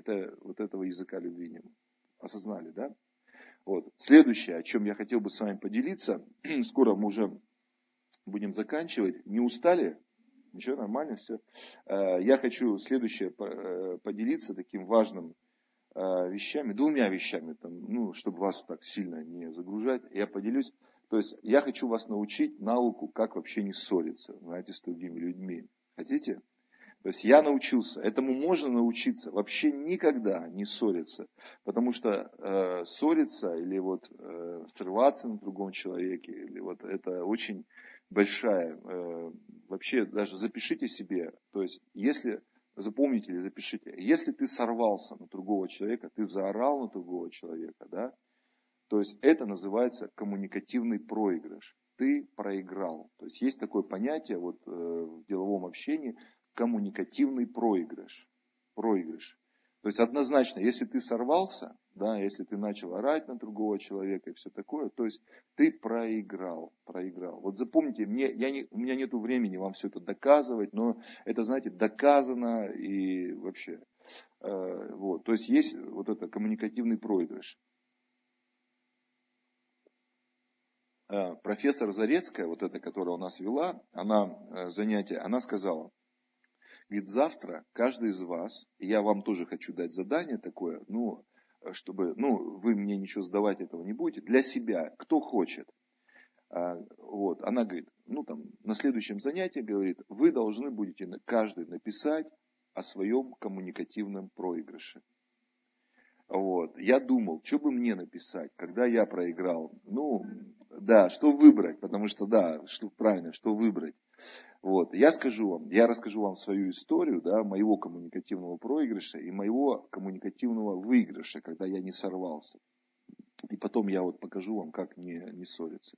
этого языка любви не было. Осознали, да? Вот. Следующее, о чем я хотел бы с вами поделиться, скоро мы уже будем заканчивать, не устали? Ничего, нормально все. Я хочу следующее поделиться таким важным вещами, 2 вещами, там, чтобы вас так сильно не загружать, я поделюсь. То есть я хочу вас научить навыку, как вообще не ссориться, знаете, с другими людьми. Хотите? То есть я научился, этому можно научиться, вообще никогда не ссориться, потому что ссориться или срываться на другом человеке, или это очень большая, вообще даже запишите себе, то есть если запомните или запишите, если ты сорвался на другого человека, ты заорал на другого человека, да, то есть это называется коммуникативный проигрыш. Ты проиграл. То есть есть такое понятие в деловом общении коммуникативный проигрыш. Проигрыш. То есть однозначно, если ты сорвался, да, если ты начал орать на другого человека и все такое, то есть ты проиграл. Вот запомните, у меня нет времени вам все это доказывать, но это, знаете, доказано и вообще. То есть есть это коммуникативный проигрыш. Профессор Зарецкая, которая у нас вела, занятие, она сказала, говорит, завтра каждый из вас, и я вам тоже хочу дать задание такое, чтобы, вы мне ничего сдавать этого не будете, для себя, кто хочет. Она говорит, на следующем занятии, говорит, вы должны будете каждый написать о своем коммуникативном проигрыше. Я думал, что бы мне написать, когда я проиграл. Что выбрать, потому что, что правильно, что выбрать. Вот, я расскажу вам свою историю, да, моего коммуникативного проигрыша и моего коммуникативного выигрыша, когда я не сорвался. И потом я вот покажу вам, как не ссориться.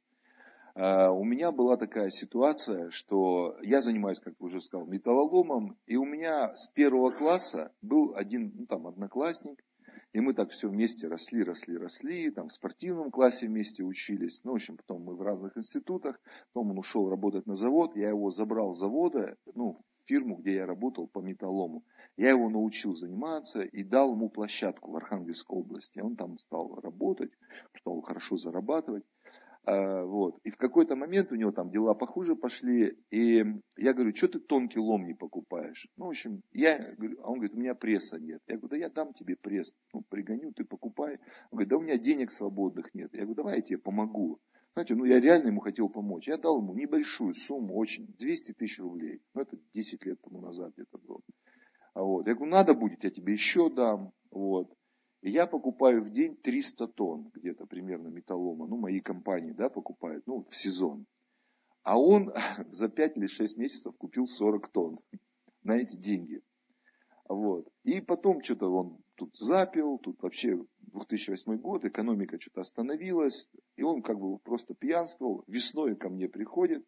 У меня была такая ситуация, что я занимаюсь, как уже сказал, металлоломом, и у меня с 1 класса был один, одноклассник, и мы так все вместе росли, там в спортивном классе вместе учились, в общем, потом мы в разных институтах, потом он ушел работать на завод, я его забрал с завода, в фирму, где я работал по металлолому. Я его научил заниматься и дал ему площадку в Архангельской области. Он там стал работать, стал хорошо зарабатывать. Вот. И в какой-то момент у него там дела похуже пошли, и я говорю, что ты тонкий лом не покупаешь? В общем, он говорит, у меня пресса нет. Я говорю, да я дам тебе пресс, пригоню, ты покупай. Он говорит, да у меня денег свободных нет. Я говорю, давай я тебе помогу. Знаете, я реально ему хотел помочь. Я дал ему небольшую сумму, 200 тысяч рублей. Это 10 лет тому назад где-то было. Вот. Я говорю, надо будет, я тебе еще дам. Вот. И я покупаю в день 300 тонн где-то примерно металлолома. Мои компании, покупают, в сезон. А он за 5 или 6 месяцев купил 40 тонн на эти деньги. Вот. И потом что-то он тут запил, тут вообще 2008 год, экономика что-то остановилась. И он просто пьянствовал. Весной ко мне приходит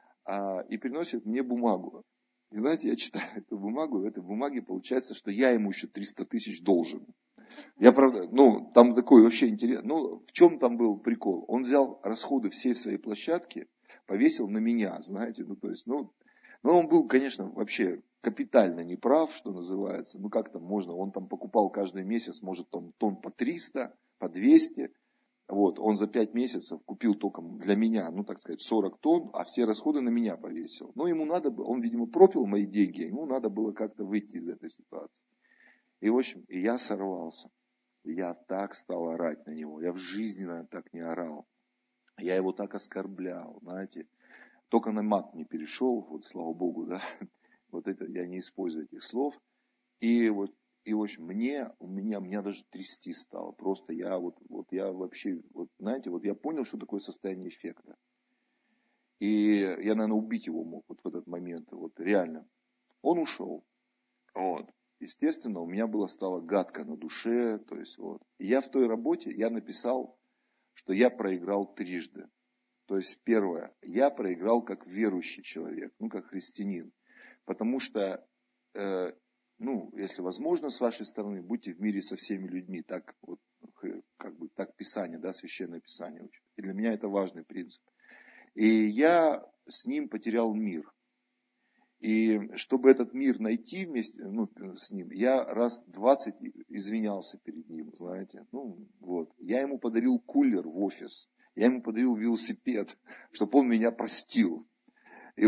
и приносит мне бумагу. И знаете, я читаю эту бумагу, в этой бумаге получается, что я ему еще 300 тысяч должен. Я правда, там такой вообще интерес. В чем там был прикол? Он взял расходы всей своей площадки, повесил на меня, знаете, он был, конечно, вообще капитально неправ, что называется. Как там можно? Он там покупал каждый месяц, может, тонн по 300, по 200. Вот, он за 5 месяцев купил только для меня, 40 тонн, а все расходы на меня повесил. Но ему надо было, он, видимо, пропил мои деньги, ему надо было как-то выйти из этой ситуации. И, в общем, я сорвался. Я так стал орать на него. Я в жизни, наверное, так не орал. Я его так оскорблял, знаете. Только на мат не перешел, вот слава богу, да. Вот это я не использую этих слов. И в общем, меня даже трясти стало. Просто я вообще, знаете, я понял, что такое состояние эффекта. И я, наверное, убить его мог в этот момент. Реально. Он ушел. Вот. Естественно, у меня стало гадко на душе. И я в той работе, я написал, что я проиграл трижды. То есть, первое, я проиграл как верующий человек, как христианин. Потому что, если возможно, с вашей стороны, будьте в мире со всеми людьми. Так, так Писание, Священное Писание учит. И для меня это важный принцип. И я с ним потерял мир. И чтобы этот мир найти вместе с ним, я раз 20 извинялся перед ним, знаете. Я ему подарил кулер в офис, я ему подарил велосипед, чтобы он меня простил. И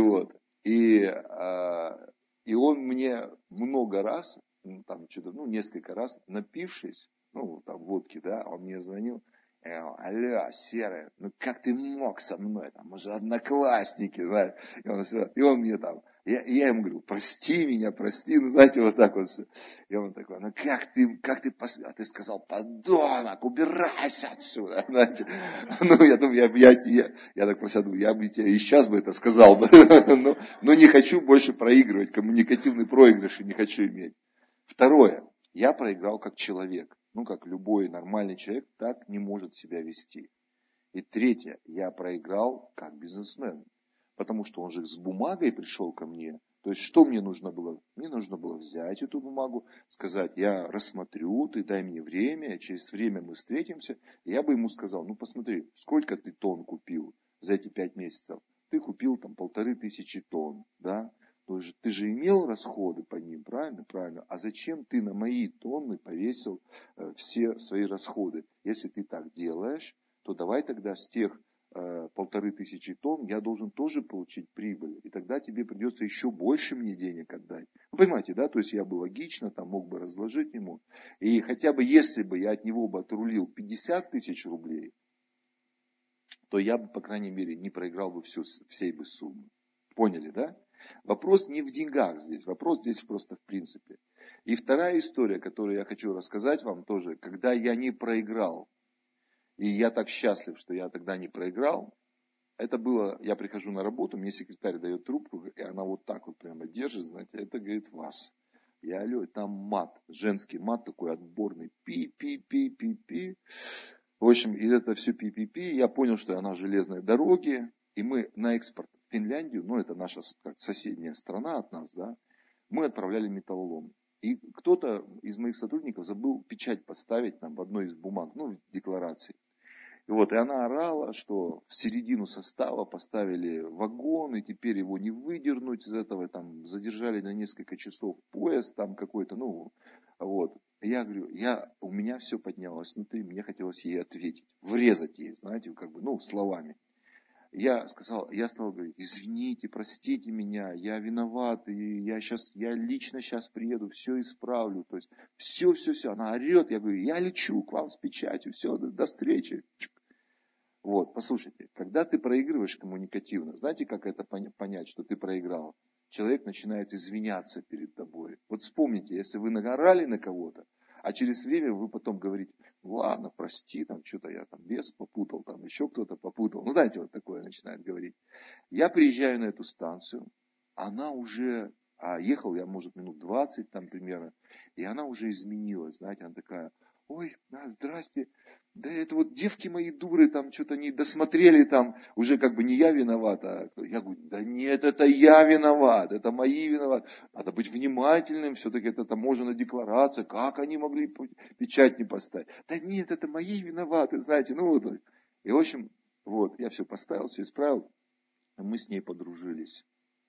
он мне много раз, несколько раз, напившись, водки, он мне звонил. Алло, Серый, как ты мог со мной, мы же одноклассники, знаешь. И он мне я ему говорю, прости меня, знаете, вот так вот все. И он такой, как ты посмел, ты сказал, подонок, убирайся отсюда, знаете. Я думаю, я так просяду, я бы тебе и сейчас бы это сказал, но не хочу больше проигрывать, коммуникативный проигрыш не хочу иметь. Второе, я проиграл как человек. Как любой нормальный человек, так не может себя вести. И третье, я проиграл как бизнесмен. Потому что он же с бумагой пришел ко мне. То есть, что мне нужно было? Мне нужно было взять эту бумагу, сказать, я рассмотрю, ты дай мне время, через время мы встретимся. И я бы ему сказал, посмотри, сколько ты тонн купил за эти 5 месяцев? Ты купил 1500 тонн, да? Ты же имел расходы по ним, правильно? Правильно. А зачем ты на мои тонны повесил все свои расходы? Если ты так делаешь, то давай тогда с тех 1500 тонн я должен тоже получить прибыль. И тогда тебе придется еще больше мне денег отдать. Понимаете, да? То есть я бы логично мог бы разложить ему. И хотя бы если бы я от него бы отрулил 50 тысяч рублей, то я бы, по крайней мере, не проиграл бы всей бы суммы. Поняли, да? Вопрос не в деньгах здесь, вопрос здесь просто в принципе. И вторая история, которую я хочу рассказать вам тоже, когда я не проиграл, и я так счастлив, что я тогда не проиграл, это было, я прихожу на работу, мне секретарь дает трубку, и она вот так вот прямо держит, знаете, это, говорит, вас. Я, алло, там мат, женский мат такой отборный, пи-пи-пи-пи-пи. В общем, и это все пи-пи-пи, я понял, что она железной дороги, и мы на экспорт в Финляндию, ну, это наша как соседняя страна от нас, да, мы отправляли металлолом. И кто-то из моих сотрудников забыл печать поставить там в одной из бумаг, ну, в декларации. И вот, и она орала, что в середину состава поставили вагон, и теперь его не выдернуть из этого, там, задержали на несколько часов поезд там какой-то, ну, вот. И я говорю, у меня все поднялось внутри, мне хотелось ей ответить, врезать ей, знаете, как бы, ну, словами. Я стал говорить, извините, простите меня, я виноват, и я лично сейчас приеду, все исправлю. То есть, все. Она орет, я говорю, я лечу к вам с печатью, все, до встречи. Вот, послушайте, когда ты проигрываешь коммуникативно, знаете, как это понять, что ты проиграл? Человек начинает извиняться перед тобой. Вот вспомните, если вы нагорали на кого-то, а через время вы потом говорите, ладно, прости, там что-то я там вес попутал, там еще кто-то попутал. Ну, знаете, вот такое начинает говорить. Я приезжаю на эту станцию, она уже, ехал я, может, минут 20 там примерно, и она уже изменилась, знаете, она такая, ой, здрасте, да это вот девки мои дуры там что-то не досмотрели там, уже как бы не я виноват, я говорю, да нет, это я виноват, это мои виноваты. Надо быть внимательным, все-таки это таможенная декларация, как они могли печать не поставить? Да нет, это мои виноваты, знаете, ну вот. И в общем, вот, я все поставил, все исправил, мы с ней подружились.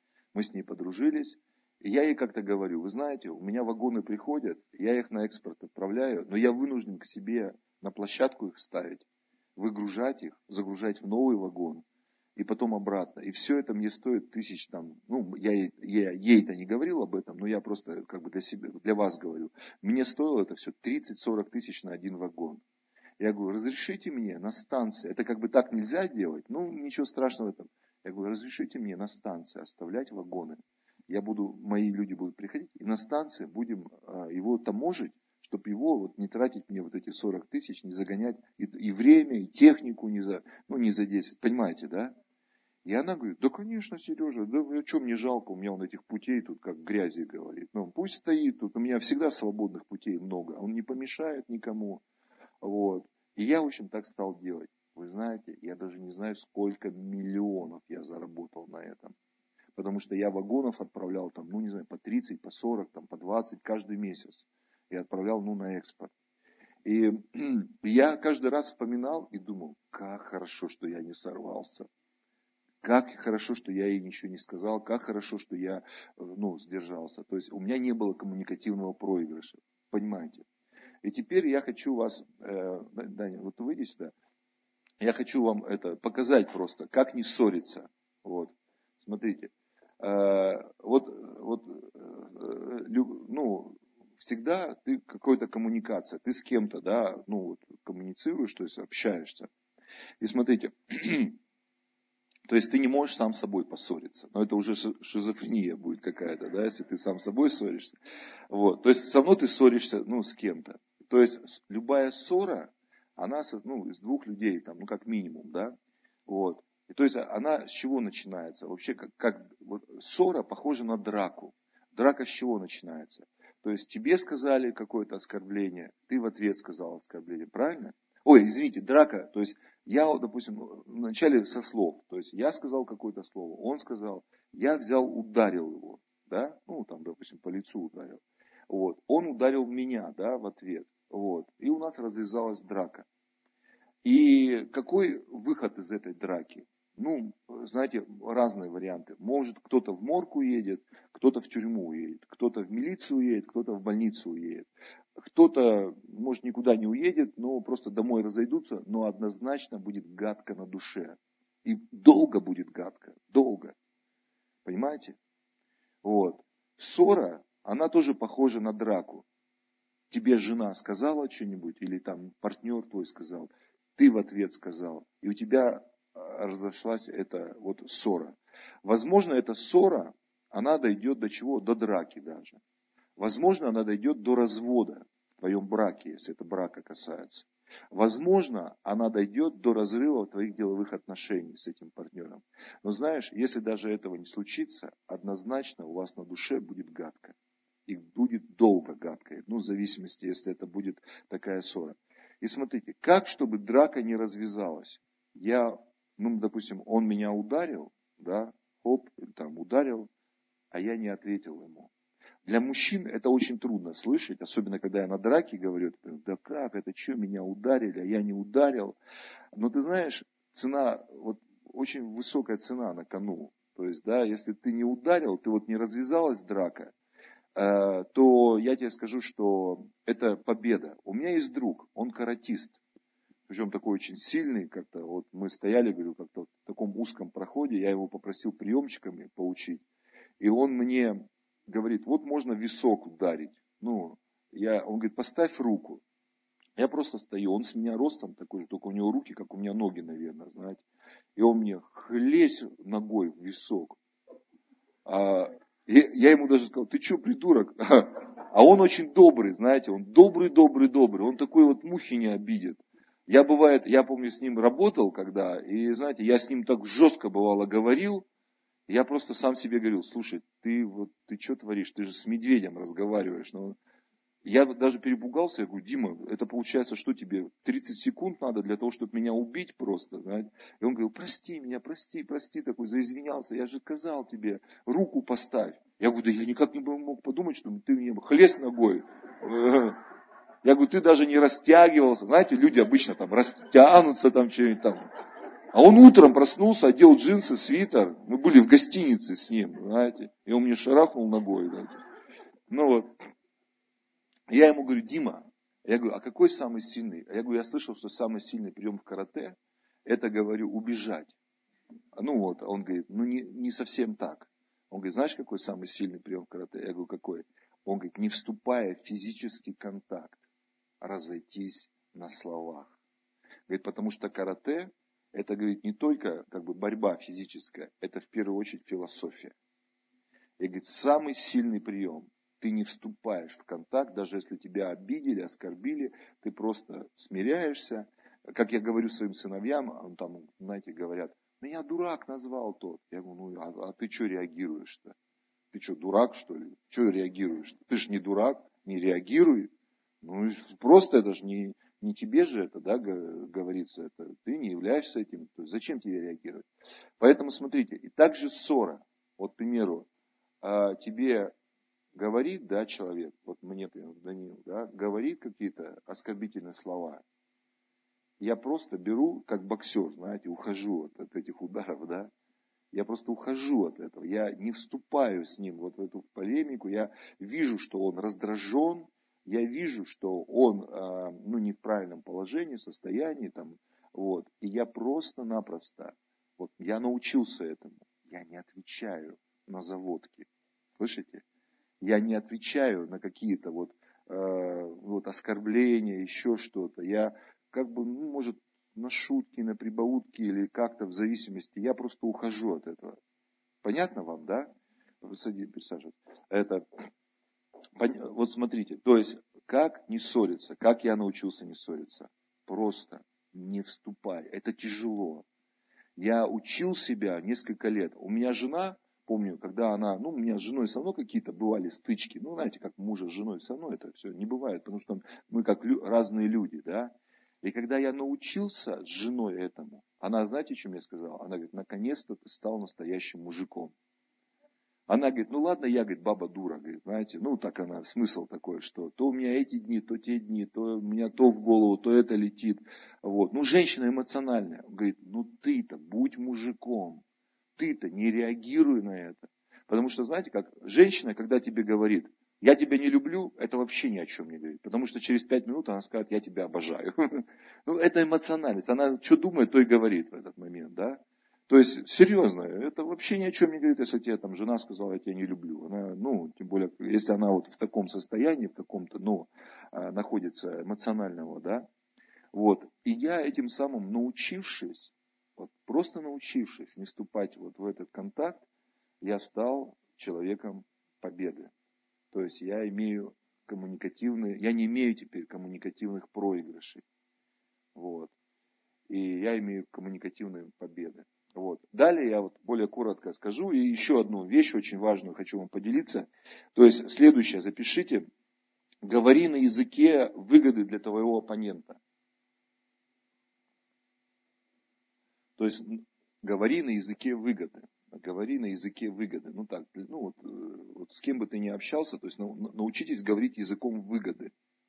И я ей как-то говорю, вы знаете, у меня вагоны приходят, я их на экспорт отправляю, но я вынужден к себе на площадку их ставить, выгружать их, загружать в новый вагон и потом обратно. И все это мне стоит тысяч там, ну, я ей-то не говорил об этом, но я просто как бы для вас говорю. Мне стоило это все 30-40 тысяч на один вагон. Я говорю, разрешите мне на станции, это как бы так нельзя делать, ну, ничего страшного в этом. Я говорю, разрешите мне на станции оставлять вагоны. Мои люди будут приходить, и на станции будем его таможить, чтобы его вот не тратить мне вот эти 40 тысяч, не загонять и время, и технику не за 10. Понимаете, да? И она говорит, да, конечно, Сережа, да что мне жалко, у меня он этих путей тут как грязи, говорит. Ну, пусть стоит тут, у меня всегда свободных путей много, он не помешает никому. Вот. И я, в общем, так стал делать. Вы знаете, я даже не знаю, сколько миллионов я заработал на этом. Потому что я вагонов отправлял там, ну не знаю, по 30, по 40, там, по 20 каждый месяц. Я отправлял, ну, на экспорт. И я каждый раз вспоминал и думал, как хорошо, что я не сорвался. Как хорошо, что я ей ничего не сказал. Как хорошо, что я, ну, сдержался. То есть у меня не было коммуникативного проигрыша. Понимаете? И теперь я хочу вас, Даня, вот выйди сюда. Я хочу вам это показать просто, как не ссориться. Вот. Смотрите. Ну, всегда ты какая-то коммуникация, ты с кем-то, да, ну, вот, коммуницируешь, то есть общаешься. И смотрите, то есть ты не можешь сам с собой поссориться, но это уже шизофрения будет какая-то, да, если ты сам с собой ссоришься. Вот, то есть все равно ты ссоришься, ну, с кем-то. То есть любая ссора, она, ну, из двух людей, там, ну, как минимум, да, вот. И то есть она с чего начинается? Вообще, вот, ссора похожа на драку. Драка с чего начинается? То есть тебе сказали какое-то оскорбление, ты в ответ сказал оскорбление, правильно? Ой, извините, драка, то есть я, допустим, вначале со слов, то есть я сказал какое-то слово, он сказал, я взял, ударил его, да, ну, там, допустим, по лицу ударил. Вот. Он ударил меня, да, в ответ. Вот. И у нас развязалась драка. И какой выход из этой драки? Ну, знаете, разные варианты. Может, кто-то в морг уедет, кто-то в тюрьму уедет, кто-то в милицию уедет, кто-то в больницу уедет. Кто-то, может, никуда не уедет, но просто домой разойдутся, но однозначно будет гадко на душе. И долго будет гадко, долго. Понимаете? Вот. Ссора, она тоже похожа на драку. Тебе жена сказала что-нибудь, или там партнер твой сказал, ты в ответ сказал, и у тебя разошлась эта вот ссора. Возможно, эта ссора, она дойдет до чего? До драки даже. Возможно, она дойдет до развода в твоем браке, если это брака касается. Возможно, она дойдет до разрыва твоих деловых отношений с этим партнером. Но знаешь, если даже этого не случится, однозначно у вас на душе будет гадко. И будет долго гадко. Ну, в зависимости, если это будет такая ссора. И смотрите, как, чтобы драка не развязалась? Допустим, он меня ударил, да, хоп, там ударил, а я не ответил ему. Для мужчин это очень трудно слышать, особенно когда я на драке говорю, да как, это что, меня ударили, а я не ударил. Но ты знаешь, цена, вот очень высокая цена на кону. То есть, да, если ты не ударил, ты вот не развязалась драка, то я тебе скажу, что это победа. У меня есть друг, он каратист. Причем такой очень сильный, как-то вот мы стояли, говорю, как-то в таком узком проходе, я его попросил приемчиками поучить. И он мне говорит, вот можно в висок ударить. Он говорит, поставь руку. Я просто стою, он с меня ростом такой же, только у него руки, как у меня ноги, наверное, знаете. И он мне хлесь ногой в висок. Я ему даже сказал, ты что, придурок? А он очень добрый, знаете, он добрый. Он такой вот мухи не обидит. Я помню, с ним работал когда, и знаете, я с ним так жестко бывало говорил, я просто сам себе говорил, слушай, ты что творишь, ты же с медведем разговариваешь. Я даже перепугался, я говорю, Дима, это получается, что тебе 30 секунд надо для того, чтобы меня убить просто, знаете. И он говорил, прости меня, прости, такой заизвинялся, я же сказал тебе, руку поставь. Я говорю, да я никак не мог подумать, что ты мне хлест ногой. Я говорю, ты даже не растягивался. Знаете, люди обычно там растянутся, там что-нибудь там. А он утром проснулся, одел джинсы, свитер. Мы были в гостинице с ним, знаете. И он мне шарахнул ногой, знаете. Я ему говорю, Дима, я говорю, а какой самый сильный? Я говорю, я слышал, что самый сильный прием в карате, это, говорю, убежать. Он говорит, не совсем так. Он говорит, знаешь, какой самый сильный прием в карате? Я говорю, какой? Он говорит, не вступая в физический контакт, разойтись на словах. Говорит, потому что карате, это, говорит, не только борьба физическая, это в первую очередь философия. И говорит, самый сильный прием. Ты не вступаешь в контакт, даже если тебя обидели, оскорбили, ты просто смиряешься. Как я говорю своим сыновьям, знаете, говорят, меня дурак назвал тот. Я говорю, а ты что реагируешь-то? Ты что, дурак, что ли? Что реагируешь? Ты ж не дурак, не реагируй. Просто это же не тебе же это, да, говорится, это ты не являешься этим. То есть зачем тебе реагировать? Поэтому смотрите, и также ссора. Вот, к примеру, тебе говорит, да, человек, вот мне, например, Даниил, да, говорит какие-то оскорбительные слова. Я просто беру, как боксер, знаете, ухожу от этих ударов, да. Я просто ухожу от этого. Я не вступаю с ним вот в эту полемику. Я вижу, что он раздражен. Я вижу, что он не в правильном положении, состоянии. И я просто-напросто, я научился этому. Я не отвечаю на заводки. Слышите? Я не отвечаю на какие-то оскорбления, еще что-то. Я может, на шутки, на прибаутки или как-то в зависимости. Я просто ухожу от этого. Понятно вам, да? Присаживайтесь. Вот смотрите, то есть, как не ссориться, как я научился не ссориться? Просто не вступай. Это тяжело. Я учил себя несколько лет. У меня жена, помню, когда у меня с женой все равно какие-то бывали стычки. Знаете, как мужа с женой, все равно это все не бывает, потому что мы как разные люди, да. И когда я научился с женой этому, она, знаете, что мне сказала? Она говорит, наконец-то ты стал настоящим мужиком. Она говорит, ладно, я, говорит, баба дура, говорит, знаете, так она, смысл такой, что то у меня эти дни, то те дни, то у меня то в голову, то это летит. Женщина эмоциональная. Говорит, ты-то будь мужиком, ты-то не реагируй на это. Потому что, знаете, как женщина, когда тебе говорит, я тебя не люблю, это вообще ни о чем не говорит. Потому что через 5 минут она скажет, я тебя обожаю. Это эмоциональность. Она что думает, то и говорит в этот момент, да. То есть, серьезно, это вообще ни о чем не говорит, если тебе жена сказала, я тебя не люблю. Она, тем более, если она в таком состоянии, в каком-то, находится эмоционального, да. И я этим самым научившись, просто научившись не вступать в этот контакт, я стал человеком победы. То есть я не имею теперь коммуникативных проигрышей. Вот. И я имею коммуникативные победы. Вот. Далее я вот более коротко скажу. И еще одну вещь очень важную хочу вам поделиться. То есть следующее, запишите. Говори на языке выгоды для твоего оппонента. То есть говори на языке выгоды. Говори на языке выгоды. Ну так, вот с кем бы ты ни общался, то есть научитесь говорить языком выгоды.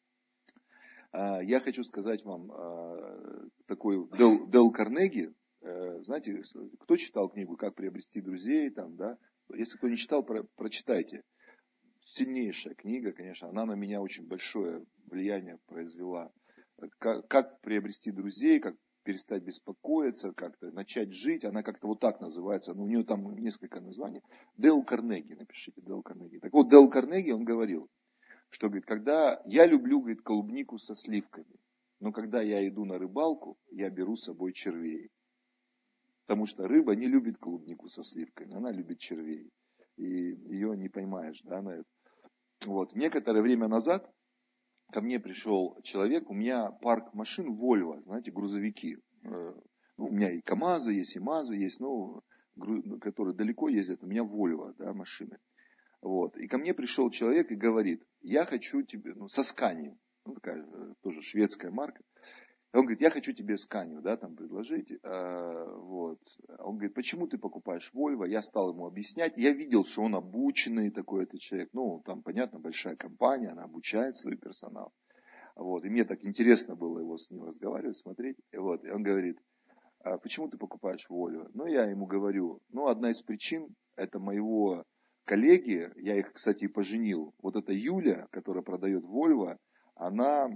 Я хочу сказать вам такой Дэл Карнеги. Знаете, кто читал книгу «Как приобрести друзей», там, да? Если кто не читал, прочитайте. Сильнейшая книга, конечно, она на меня очень большое влияние произвела. Как приобрести друзей, как перестать беспокоиться, как-то начать жить. Она как-то вот так называется. У нее там несколько названий. Дэл Карнеги, напишите, Дэл Карнеги. Так вот, Дэл Карнеги, он говорил, что, говорит, когда я люблю, говорит, клубнику со сливками, но когда я иду на рыбалку, я беру с собой червей. Потому что рыба не любит клубнику со сливками, она любит червей. И ее не поймаешь, да, на это. Вот. Некоторое время назад ко мне пришел человек, у меня парк машин Volvo, знаете, грузовики. У меня и КАМАЗы есть, и МАЗы есть, но которые далеко ездят, у меня Volvo, да, машины. Вот. И ко мне пришел человек и говорит, я хочу тебе, со Scania, такая тоже шведская марка. Он говорит, я хочу тебе Scania, да, там предложить. Вот. Он говорит, почему ты покупаешь Volvo? Я стал ему объяснять. Я видел, что он обученный такой этот человек. Там, понятно, большая компания, она обучает свой персонал. Вот. И мне так интересно было его с ним разговаривать, смотреть. Вот. И он говорит, почему ты покупаешь Volvo? Я ему говорю, одна из причин, это моего коллеги, я их, кстати, и поженил. Вот эта Юля, которая продает Volvo, она,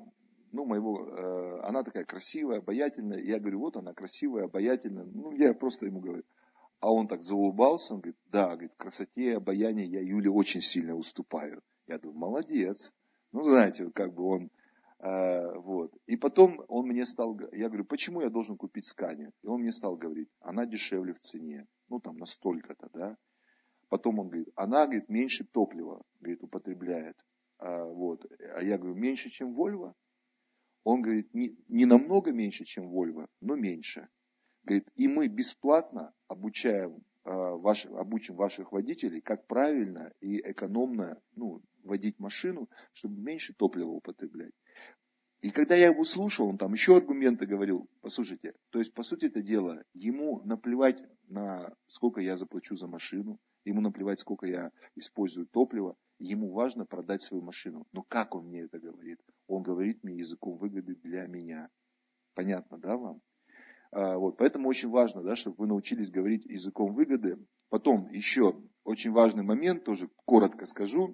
она такая красивая, обаятельная. Я говорю, вот она красивая, обаятельная. Я просто ему говорю. А он так заулыбался, он говорит, да, говорит, в красоте и обаянии я Юле очень сильно уступаю. Я думаю, молодец. Знаете, как бы он, вот. И потом он мне стал, я говорю, почему я должен купить Scania? И он мне стал говорить, она дешевле в цене. Там настолько-то, да. Потом он говорит, она, говорит, меньше топлива, говорит, употребляет. Вот. А я говорю, меньше, чем Volvo? Он говорит, не намного меньше, чем Volvo, но меньше. Говорит, и мы бесплатно обучим ваших водителей, как правильно и экономно водить машину, чтобы меньше топлива употреблять. И когда я его слушал, он там еще аргументы говорил, послушайте, то есть, по сути это дело, ему наплевать на сколько я заплачу за машину, ему наплевать, сколько я использую топлива, ему важно продать свою машину. Но как он мне это говорит? Он говорит мне языком выгоды для меня. Понятно, да, вам? Вот, поэтому очень важно, да, чтобы вы научились говорить языком выгоды. Потом еще очень важный момент, тоже коротко скажу.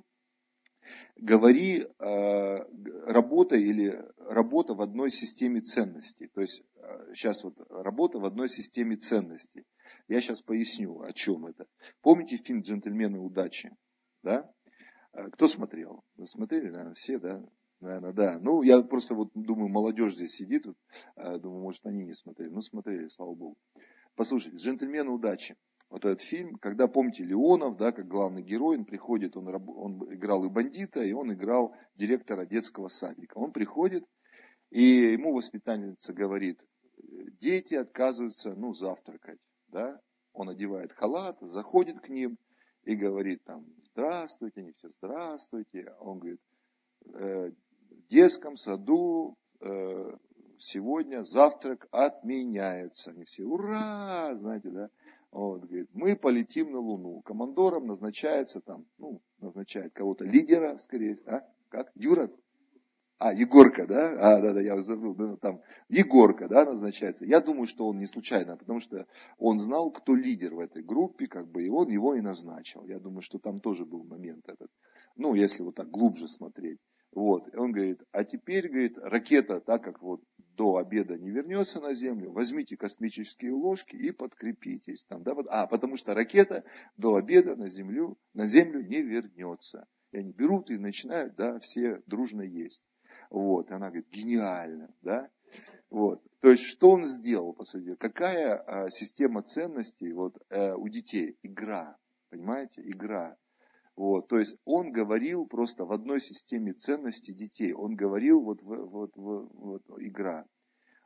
Говори работа в одной системе ценностей. То есть сейчас вот работа в одной системе ценностей. Я сейчас поясню, о чем это. Помните фильм «Джентльмены удачи»? Да? Кто смотрел? Вы смотрели, наверное, все, да? Наверное, да. Я просто вот думаю, молодежь здесь сидит. Думаю, может, они не смотрели. Смотрели, слава богу. Послушайте, «Джентльмены удачи». Вот этот фильм, когда, помните, Леонов, да, как главный герой, он приходит, он играл и бандита, и он играл директора детского садика. Он приходит, и ему воспитательница говорит, дети отказываются, завтракать, да. Он одевает халат, заходит к ним и говорит там, здравствуйте, они все здравствуйте. Он говорит, в детском саду сегодня завтрак отменяется. Они все, ура, знаете, да. Вот, говорит, мы полетим на Луну. Командором назначается там, назначает кого-то лидера, скорее всего. Как? Юра? Егорка, да? Да, я забыл. Там Егорка, да, назначается. Я думаю, что он не случайно, потому что он знал, кто лидер в этой группе, как бы, и он его и назначил. Я думаю, что там тоже был момент этот. Если вот так глубже смотреть. Вот. И он говорит, а теперь, говорит, ракета, так как вот до обеда не вернется на Землю, возьмите космические ложки и подкрепитесь. Там, да, потому что ракета до обеда на Землю не вернется. И они берут и начинают, да, все дружно есть. Вот. И она говорит, гениально, да. Вот. То есть, что он сделал, по сути? Какая система ценностей у детей? Игра. Понимаете? Игра. Вот, то есть он говорил просто в одной системе ценностей детей. Он говорил вот игра.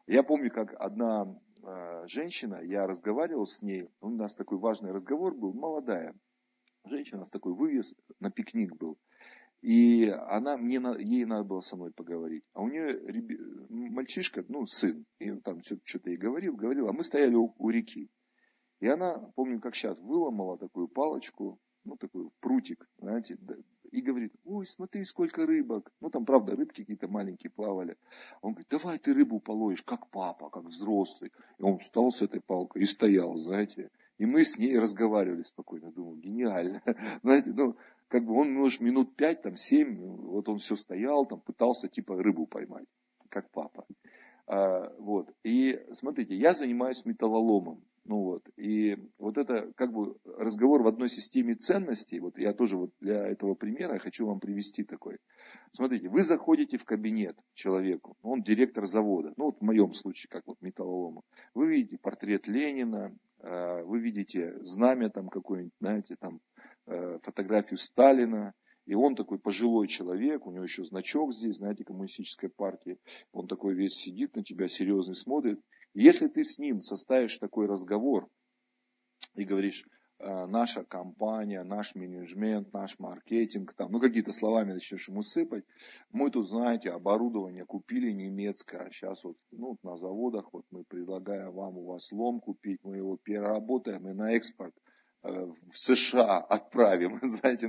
Я помню, как одна женщина, я разговаривал с ней, у нас такой важный разговор был, молодая женщина, у нас такой вывез на пикник был. И ей надо было со мной поговорить. А у нее мальчишка, сын, и он там что-то ей говорил, а мы стояли у реки. И она, помню, как сейчас, выломала такую палочку, такой прутик, знаете, и говорит: ой, смотри, сколько рыбок. Там, правда, рыбки какие-то маленькие плавали. Он говорит: давай ты рыбу половишь, как папа, как взрослый. И он встал с этой палкой и стоял, знаете. И мы с ней разговаривали спокойно. Думаю, гениально. Знаете, он, может, минут 5, 7, вот он все стоял, пытался типа рыбу поймать, как папа. Вот. И смотрите, я занимаюсь металлоломом. И вот это разговор в одной системе ценностей. Вот я тоже для этого примера хочу вам привести такой. Смотрите, вы заходите в кабинет человеку, он директор завода, в моем случае, как металлолома. Вы видите портрет Ленина, вы видите знамя какое-нибудь, знаете, фотографию Сталина. И он такой пожилой человек, у него еще значок здесь, знаете, коммунистической партии. Он такой весь сидит на тебя, серьезный смотрит. И если ты с ним составишь такой разговор и говоришь: наша компания, наш менеджмент, наш маркетинг, какие-то словами начнешь ему сыпать. Мы тут, знаете, оборудование купили немецкое, а сейчас на заводах мы предлагаем вам у вас лом купить, мы его переработаем и на экспорт в США отправим, знаете,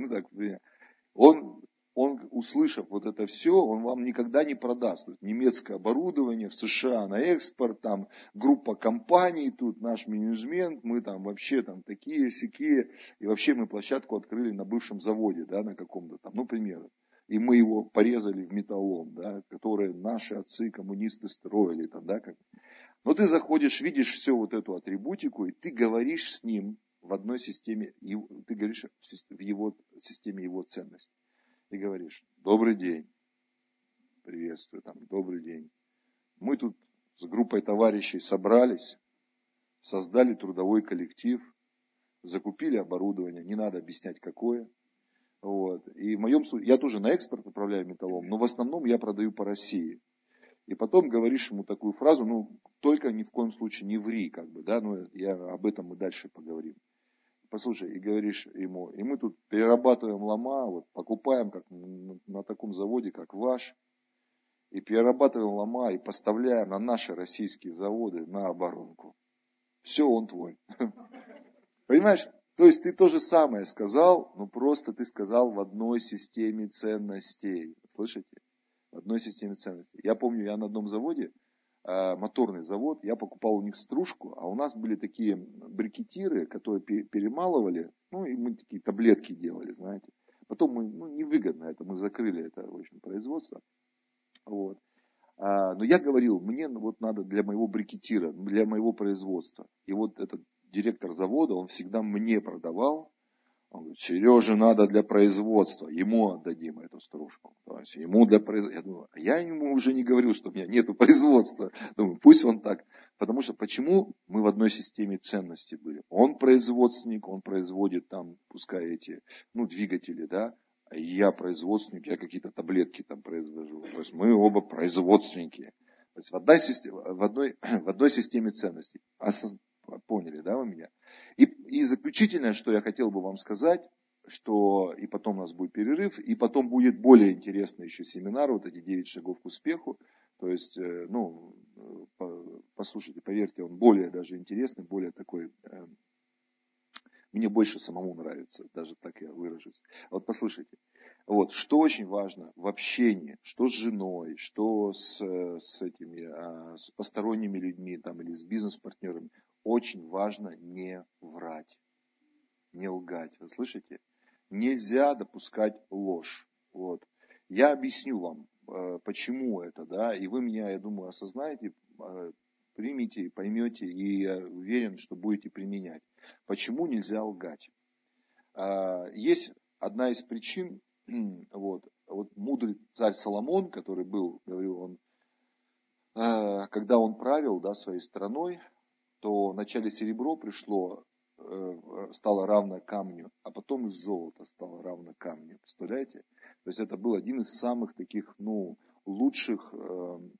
он, услышав вот это все, он вам никогда не продаст. Немецкое оборудование в США на экспорт, группа компаний, тут наш менеджмент, мы вообще такие-сякие. И вообще мы площадку открыли на бывшем заводе, на каком-то примеру. И мы его порезали в металлолом, который наши отцы коммунисты строили. Но ты заходишь, видишь всю вот эту атрибутику, и ты говоришь с ним в одной системе, ты говоришь в его системе его ценностей. И говоришь: добрый день, приветствую, добрый день. Мы тут с группой товарищей собрались, создали трудовой коллектив, закупили оборудование, не надо объяснять какое. И в моем случае, я тоже на экспорт отправляю металлолом, но в основном я продаю по России. И потом говоришь ему такую фразу: только ни в коем случае не ври, об этом мы дальше поговорим. Послушай, и говоришь ему: и мы тут перерабатываем лома, покупаем как на таком заводе, как ваш, и перерабатываем лома и поставляем на наши российские заводы на оборонку. Все, он твой. Понимаешь? То есть ты то же самое сказал, но просто ты сказал в одной системе ценностей. Слышите? В одной системе ценностей. Я помню, я на одном заводе, моторный завод, я покупал у них стружку, а у нас были такие брикетиры, которые перемалывали, и мы такие таблетки делали, знаете. Потом мы, невыгодно это, мы закрыли это, в общем, производство. Но я говорил: мне надо для моего брикетира, для моего производства. И этот директор завода, он всегда мне продавал. Он говорит: Сереже надо для производства, ему отдадим эту стружку. То есть ему для производства. Я думаю, я ему уже не говорю, что у меня нету производства. Думаю, пусть он так. Потому что почему мы в одной системе ценностей были? Он производственник, он производит пускай эти, двигатели, а я производственник, я какие-то таблетки произвожу. То есть мы оба производственники. То есть в одной системе ценностей. Поняли, вы меня? И заключительное, что я хотел бы вам сказать, что и потом у нас будет перерыв, и потом будет более интересный еще семинар, эти 9 шагов к успеху. То есть, послушайте, поверьте, он более даже интересный, более такой, мне больше самому нравится, даже так я выражусь. Послушайте, что очень важно в общении, что с женой, что с посторонними людьми или с бизнес-партнерами, очень важно не врать, не лгать. Вы слышите? Нельзя допускать ложь. Я объясню вам, почему это, и вы меня, я думаю, осознаете, примите, поймете, и я уверен, что будете применять. Почему нельзя лгать? Есть одна из причин, мудрый царь Соломон, который был, говорю, он, когда он правил, своей страной, то вначале серебро стало равно камню, а потом и золото стало равно камню. Представляете? То есть это был один из самых таких, лучших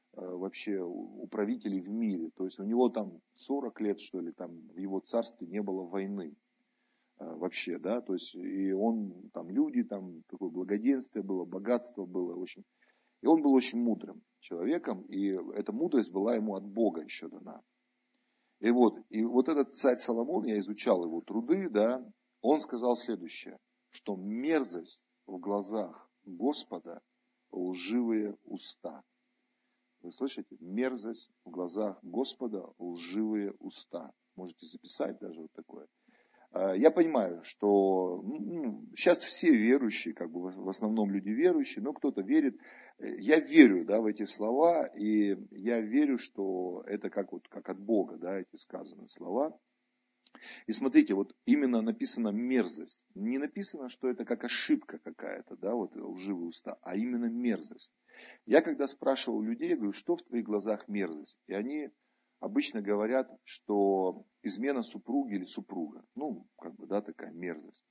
вообще управителей в мире. То есть у него там 40 лет, что ли, там в его царстве не было войны вообще, да, то есть и он, там люди, там такое благоденствие было, богатство было очень. И он был очень мудрым человеком, и эта мудрость была ему от Бога еще дана. И вот этот царь Соломон, я изучал его труды, да, он сказал следующее, что мерзость в глазах Господа лживые уста. Вы слышите? Мерзость в глазах Господа лживые уста. Можете записать даже вот такое. Я понимаю, что сейчас все верующие, как бы в основном люди верующие, но кто-то верит. Я верю, да, в эти слова, и я верю, что это как от Бога, да, эти сказанные слова. И смотрите, вот именно написано мерзость. Не написано, что это как ошибка какая-то, да, вот лживые уста, а именно мерзость. Я когда спрашивал людей, я говорю, что в твоих глазах мерзость? И они обычно говорят, что измена супруги или супруга. Ну, как бы, да, такая мерзость.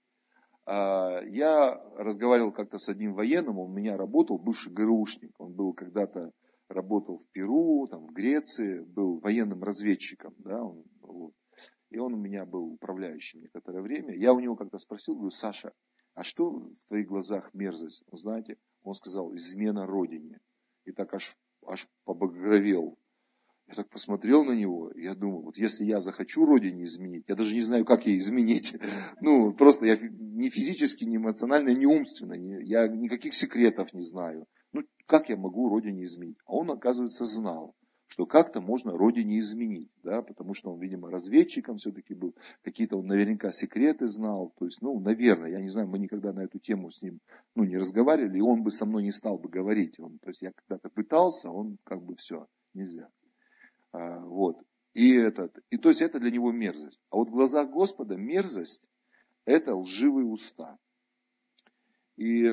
Я разговаривал как-то с одним военным, он у меня работал, бывший ГРУшник. Он был когда-то, работал в Перу, там, в Греции, был военным разведчиком, да, вот. И он у меня был управляющим некоторое время. Я у него как-то спросил, говорю, Саша, а что в твоих глазах мерзость? Вы знаете, он сказал, измена родине. И так аж побагровел. Я так посмотрел на него, и я думаю, вот если я захочу родине изменить, я даже не знаю, как ей изменить. Ну, просто я ни физически, ни эмоционально, ни умственно, я никаких секретов не знаю. Ну, как я могу родине изменить? А он, оказывается, знал, что как-то можно родине изменить, да, потому что он, видимо, разведчиком все-таки был, какие-то он наверняка секреты знал, то есть, ну, наверное, я не знаю, мы никогда на эту тему с ним, ну, не разговаривали, и он бы со мной не стал бы говорить, то есть, я когда-то пытался, он как бы все, нельзя. Вот. И то есть это для него мерзость. А вот в глазах Господа мерзость – это лживые уста. И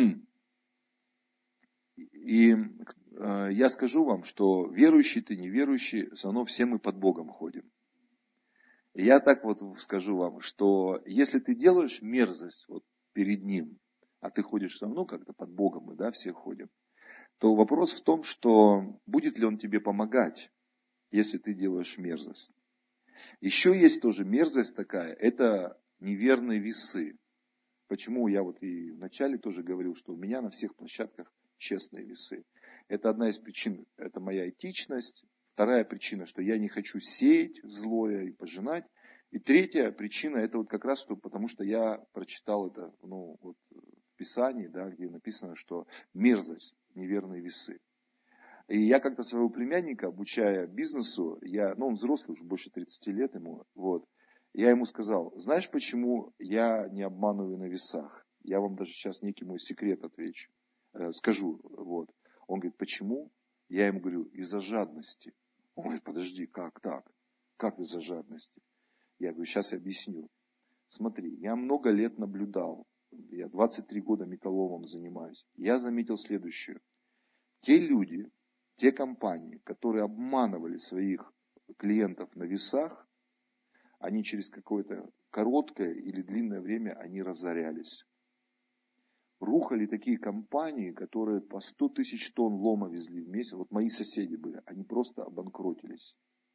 я скажу вам, что верующий ты, неверующий, все равно все мы под Богом ходим. И я так вот скажу вам, что если ты делаешь мерзость вот перед Ним, а ты ходишь все равно как-то под Богом, мы, да, все ходим, то вопрос в том, что будет ли Он тебе помогать, если ты делаешь мерзость. Еще есть тоже мерзость такая, это неверные весы. Почему я вот и вначале тоже говорил, что у меня на всех площадках честные весы. Это одна из причин, это моя этичность. Вторая причина, что я не хочу сеять злое и пожинать. И третья причина, это вот как раз потому, что я прочитал это вот в Писании, да, где написано, что мерзость, неверные весы. И я как-то своего племянника, обучая бизнесу, он взрослый, уже больше 30 лет ему, вот, я ему сказал, знаешь, почему я не обманываю на весах? Я вам даже сейчас некий мой секрет отвечу, скажу, вот. Он говорит, почему? Я ему говорю, из-за жадности. Он говорит, подожди, как так? Как из-за жадности? Я говорю, сейчас я объясню. Смотри, я много лет наблюдал, я 23 года металломом занимаюсь. Я заметил следующее. Те люди, те компании, которые обманывали своих клиентов на весах, они через какое-то короткое или длинное время они разорялись. Рухали такие компании, которые по 100 тысяч тонн лома везли в месяц. Вот мои соседи были, они просто обанкротились.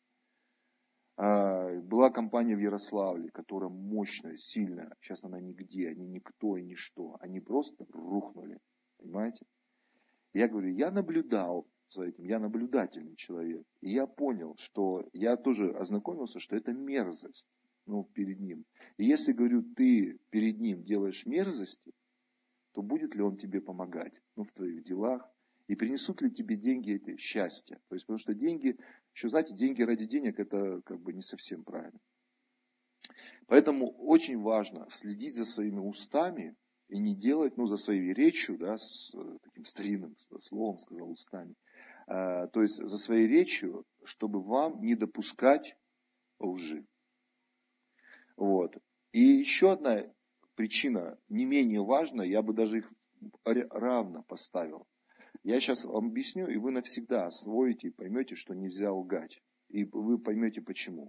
Была компания в Ярославле, которая мощная, сильная. Сейчас она нигде, они никто и ничто. Они просто рухнули. Понимаете? Я говорю, я наблюдал за этим, я наблюдательный человек. И я понял, что я тоже ознакомился, что это мерзость перед ним. И если, говорю, ты перед ним делаешь мерзости, то будет ли он тебе помогать в твоих делах? И принесут ли тебе деньги эти счастье? То есть, потому что деньги, еще знаете, деньги ради денег, это как бы не совсем правильно. Поэтому очень важно следить за своими устами, и не делать, за своей речью, да, с таким старинным словом сказал устами, то есть за своей речью, чтобы вам не допускать лжи. Вот. И еще одна причина, не менее важная, я бы даже их равно поставил. Я сейчас вам объясню, и вы навсегда освоите и поймете, что нельзя лгать. И вы поймете почему.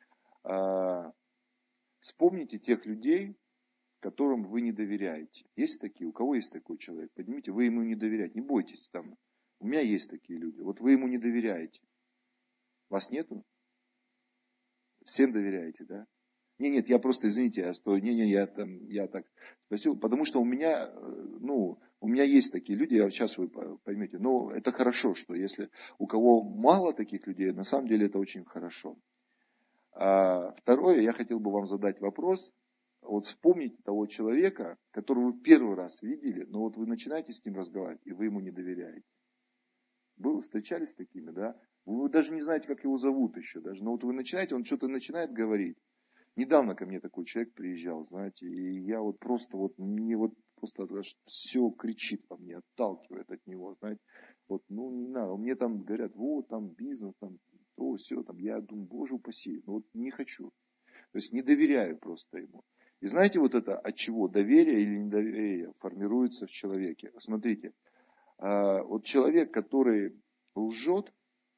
Вспомните тех людей, которым вы не доверяете. Есть такие? У кого есть такой человек? Поднимите, вы ему не доверяете. Не бойтесь там. У меня есть такие люди. Вот вы ему не доверяете. Вас нету? Всем доверяете, да? Нет, я просто, извините, я так спросил, потому что у меня, у меня есть такие люди, сейчас вы поймете, но это хорошо, что если у кого мало таких людей, на самом деле это очень хорошо. А второе, я хотел бы вам задать вопрос, вот вспомните того человека, которого вы первый раз видели, но вот вы начинаете с ним разговаривать, и вы ему не доверяете. Встречались с такими, да? Вы даже не знаете, как его зовут еще даже, но вот вы начинаете, он что-то начинает говорить. Недавно ко мне такой человек приезжал, знаете, и я вот просто, мне вот просто все кричит во мне, отталкивает от него, знаете. Вот, не надо, мне там говорят, вот там бизнес, там, то, все, там, я думаю, боже упаси, вот не хочу. То есть не доверяю просто ему. И знаете, вот это от чего доверие или недоверие формируется в человеке. Смотрите, вот человек, который лжет,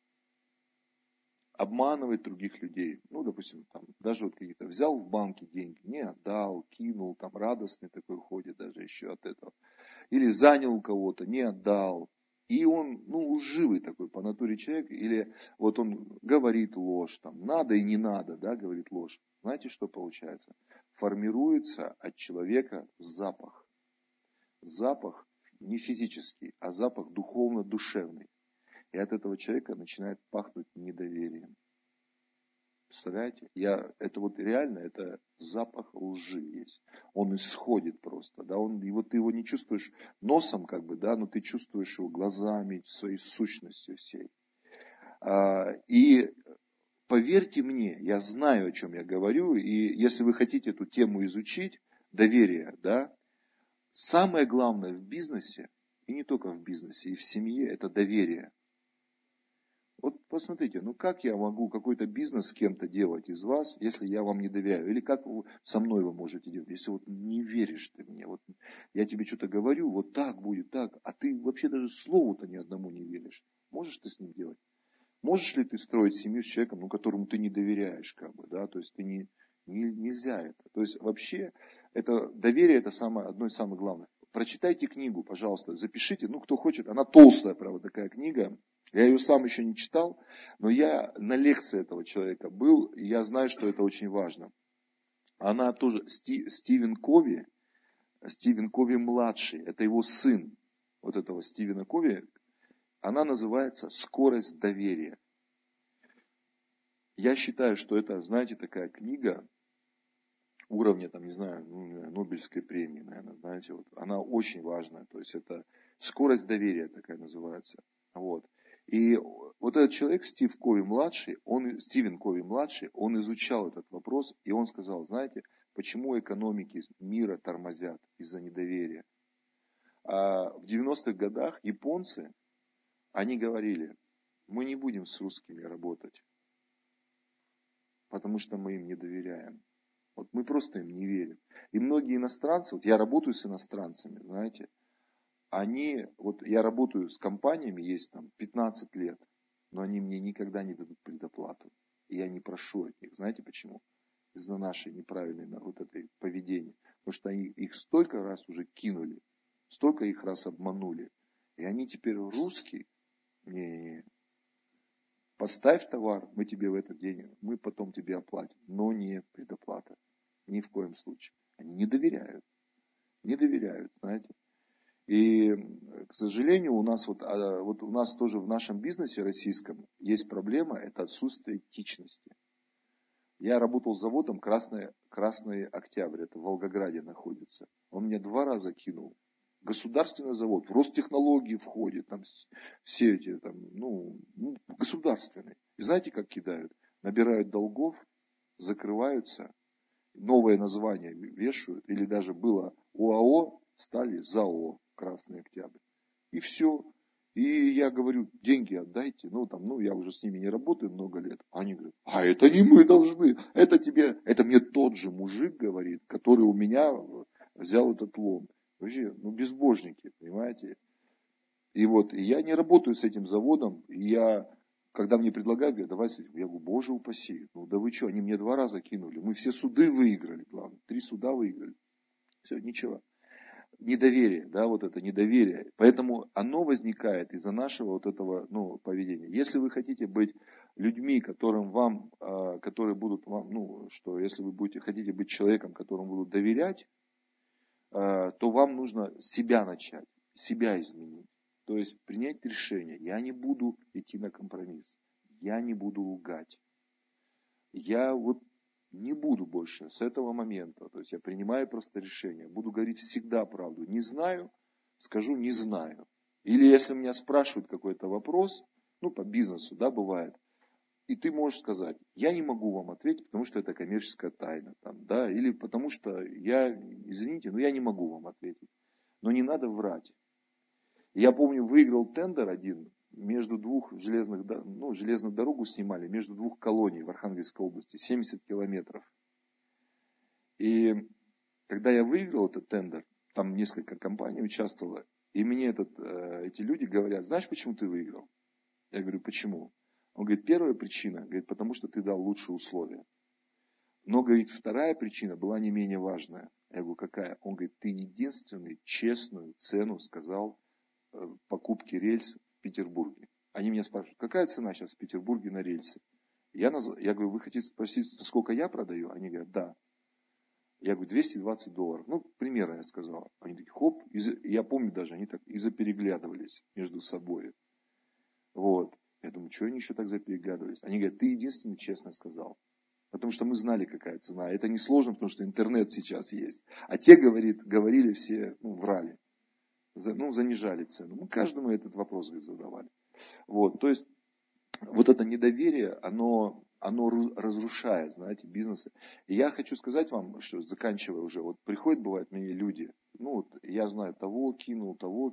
обманывает других людей. Допустим, там, даже вот какие-то взял в банке деньги, не отдал, кинул, там радостный такой ходит даже еще от этого. Или занял у кого-то, не отдал. И он, лживый такой по натуре человек, или вот он говорит ложь, там, надо и не надо, да, говорит ложь. Знаете, что получается? Формируется от человека запах. Запах не физический, а запах духовно-душевный. И от этого человека начинает пахнуть недоверием. Представляете? Это вот реально, это запах лжи есть. Он исходит просто, да, и вот ты его не чувствуешь носом, как бы, да, но ты чувствуешь его глазами, своей сущностью всей. И поверьте мне, я знаю, о чем я говорю, и если вы хотите эту тему изучить, доверие, да, самое главное в бизнесе, и не только в бизнесе, и в семье, это доверие. Вот посмотрите, как я могу какой-то бизнес с кем-то делать из вас, если я вам не доверяю? Или как со мной вы можете делать, если вот не веришь ты мне? Вот я тебе что-то говорю, вот так будет, так, а ты вообще даже слову-то ни одному не веришь. Можешь ты с ним делать? Можешь ли ты строить семью с человеком, которому ты не доверяешь, как бы, да? То есть ты нельзя это. То есть вообще это доверие это одно из самых главных. Прочитайте книгу, пожалуйста, запишите, кто хочет, она толстая, правда, такая книга. Я ее сам еще не читал, но я на лекции этого человека был, и я знаю, что это очень важно. Она тоже, Стивен Кови младший, это его сын, вот этого Стивена Кови, она называется «Скорость доверия». Я считаю, что это, знаете, такая книга уровня, там, не знаю, Нобелевской премии, наверное, знаете, вот, она очень важная, то есть это «Скорость доверия» такая называется, вот. И вот этот человек, Стивен Кови младший, он изучал этот вопрос, и он сказал, знаете, почему экономики мира тормозят из-за недоверия. А в 90-х годах японцы, они говорили, мы не будем с русскими работать, потому что мы им не доверяем. Вот мы просто им не верим. И многие иностранцы, вот я работаю с иностранцами, знаете, я работаю с компаниями, есть там 15 лет, но они мне никогда не дадут предоплату. И я не прошу от них. Знаете почему? Из-за нашей неправильной вот этой поведения. Потому что они их столько раз уже кинули, столько их раз обманули. И они теперь русские. Не. Поставь товар, мы тебе в этот день, мы потом тебе оплатим. Но не предоплата. Ни в коем случае. Они не доверяют. Не доверяют, знаете. И, к сожалению, у нас у нас тоже в нашем бизнесе российском есть проблема, это отсутствие этичности. Я работал с заводом Красный Октябрь, это в Волгограде находится. Он меня 2 раза кинул. Государственный завод, в Ростехнологии входит, там все эти, государственные. И знаете, как кидают? Набирают долгов, закрываются, новое название вешают, или даже было ОАО, стали ЗАО Красный Октябрь. И все. И я говорю, деньги отдайте. Я уже с ними не работаю много лет. Они говорят, а это не мы должны. Это мне тот же мужик говорит, который у меня взял этот лом. Вообще, безбожники, понимаете. И я не работаю с этим заводом. Когда мне предлагают, говорят, давай с этим. Я говорю, боже упаси. Да вы что, они мне 2 раза кинули. Мы все суды выиграли, главное. 3 суда выиграли. Все, ничего. недоверие, да, вот это недоверие. Поэтому оно возникает из-за нашего вот этого, поведения. Если вы хотите быть людьми, которые будут вам, что если вы хотите быть человеком, которому будут доверять, то вам нужно с себя начать, себя изменить. То есть принять решение. Я не буду идти на компромисс. Я не буду лгать. Я вот не буду больше с этого момента. То есть я принимаю просто решение. Буду говорить всегда правду. Не знаю, скажу не знаю. Или если меня спрашивают какой-то вопрос, по бизнесу, да, бывает, и ты можешь сказать, я не могу вам ответить, потому что это коммерческая тайна, там, да, или потому что извините, но я не могу вам ответить. Но не надо врать. Я помню, выиграл тендер один между железную дорогу снимали между двух колоний в Архангельской области, 70 километров. И когда я выиграл этот тендер, там несколько компаний участвовало, и мне эти люди говорят, знаешь, почему ты выиграл? Я говорю, почему? Он говорит, первая причина, говорит, потому что ты дал лучшие условия. Но, говорит, вторая причина была не менее важная. Я говорю, какая? Он говорит, ты единственный честную цену сказал покупки рельс в Петербурге. Они меня спрашивают, какая цена сейчас в Петербурге на рельсы? Я говорю, вы хотите спросить, сколько я продаю? Они говорят, да. Я говорю, $220. Примерно я сказал. Они такие, хоп. Я помню даже, они так и запереглядывались между собой. Вот. Я думаю, что они еще так запереглядывались? Они говорят, ты единственный честно сказал. Потому что мы знали, какая цена. Это не сложно, потому что интернет сейчас есть. А те, говорили все, врали. Занижали цену. Мы каждому этот вопрос задавали. Вот, то есть, вот это недоверие, оно разрушает, знаете, бизнесы. И я хочу сказать вам, что заканчивая уже, вот приходят, бывают мне люди, я знаю, того кинул,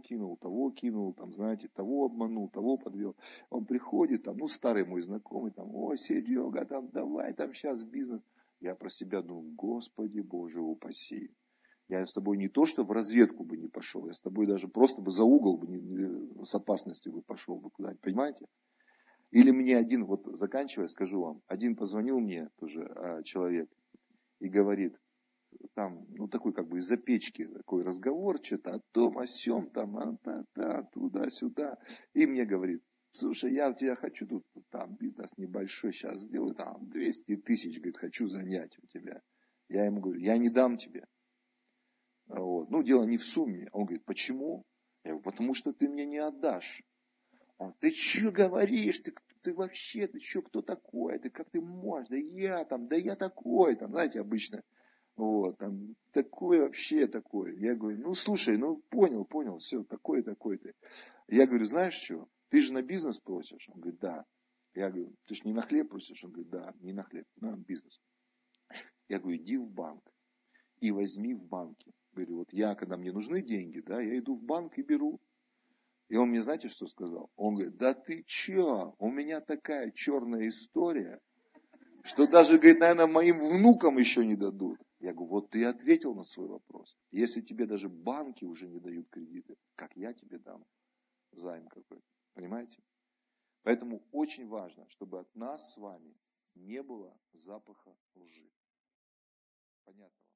там, знаете, того обманул, того подвел. Он приходит, там, старый мой знакомый, там, о, Серега, там, давай, там, сейчас бизнес. Я про себя думаю, Господи Боже упаси. Я с тобой не то, что в разведку бы не пошел, я с тобой даже просто бы за угол бы с опасностью бы пошел бы куда-нибудь, понимаете? Или мне один, вот заканчивая, скажу вам, один позвонил мне тоже человек и говорит, там, такой как бы из-за печки такой разговор, что-то о том, о сём, там, туда-сюда. И мне говорит, слушай, я у тебя хочу тут, там, бизнес небольшой сейчас сделаю, там, 200 тысяч, говорит, хочу занять у тебя. Я ему говорю, я не дам тебе. Вот. Дело не в сумме. Он говорит, почему? Я говорю, потому что ты мне не отдашь. Он, ты что говоришь? Ты вообще, ты что, кто такой? Ты как ты можешь? Да я такой, там, знаете, обычно. Вот, там, такой вообще такой. Я говорю, слушай, понял, все, такой ты. Я говорю, знаешь что? Ты же на бизнес просишь? Он говорит, да. Я говорю, ты же не на хлеб просишь? Он говорит, да, не на хлеб, на бизнес. Я говорю, иди в банк и возьми в банке. Говорю, вот когда мне нужны деньги, да, я иду в банк и беру. И он мне, знаете, что сказал? Он говорит, да ты че? У меня такая черная история, что даже, говорит, наверное, моим внукам еще не дадут. Я говорю, вот ты ответил на свой вопрос. Если тебе даже банки уже не дают кредиты, как я тебе дам займ какой-то? Понимаете? Поэтому очень важно, чтобы от нас с вами не было запаха лжи. Понятно?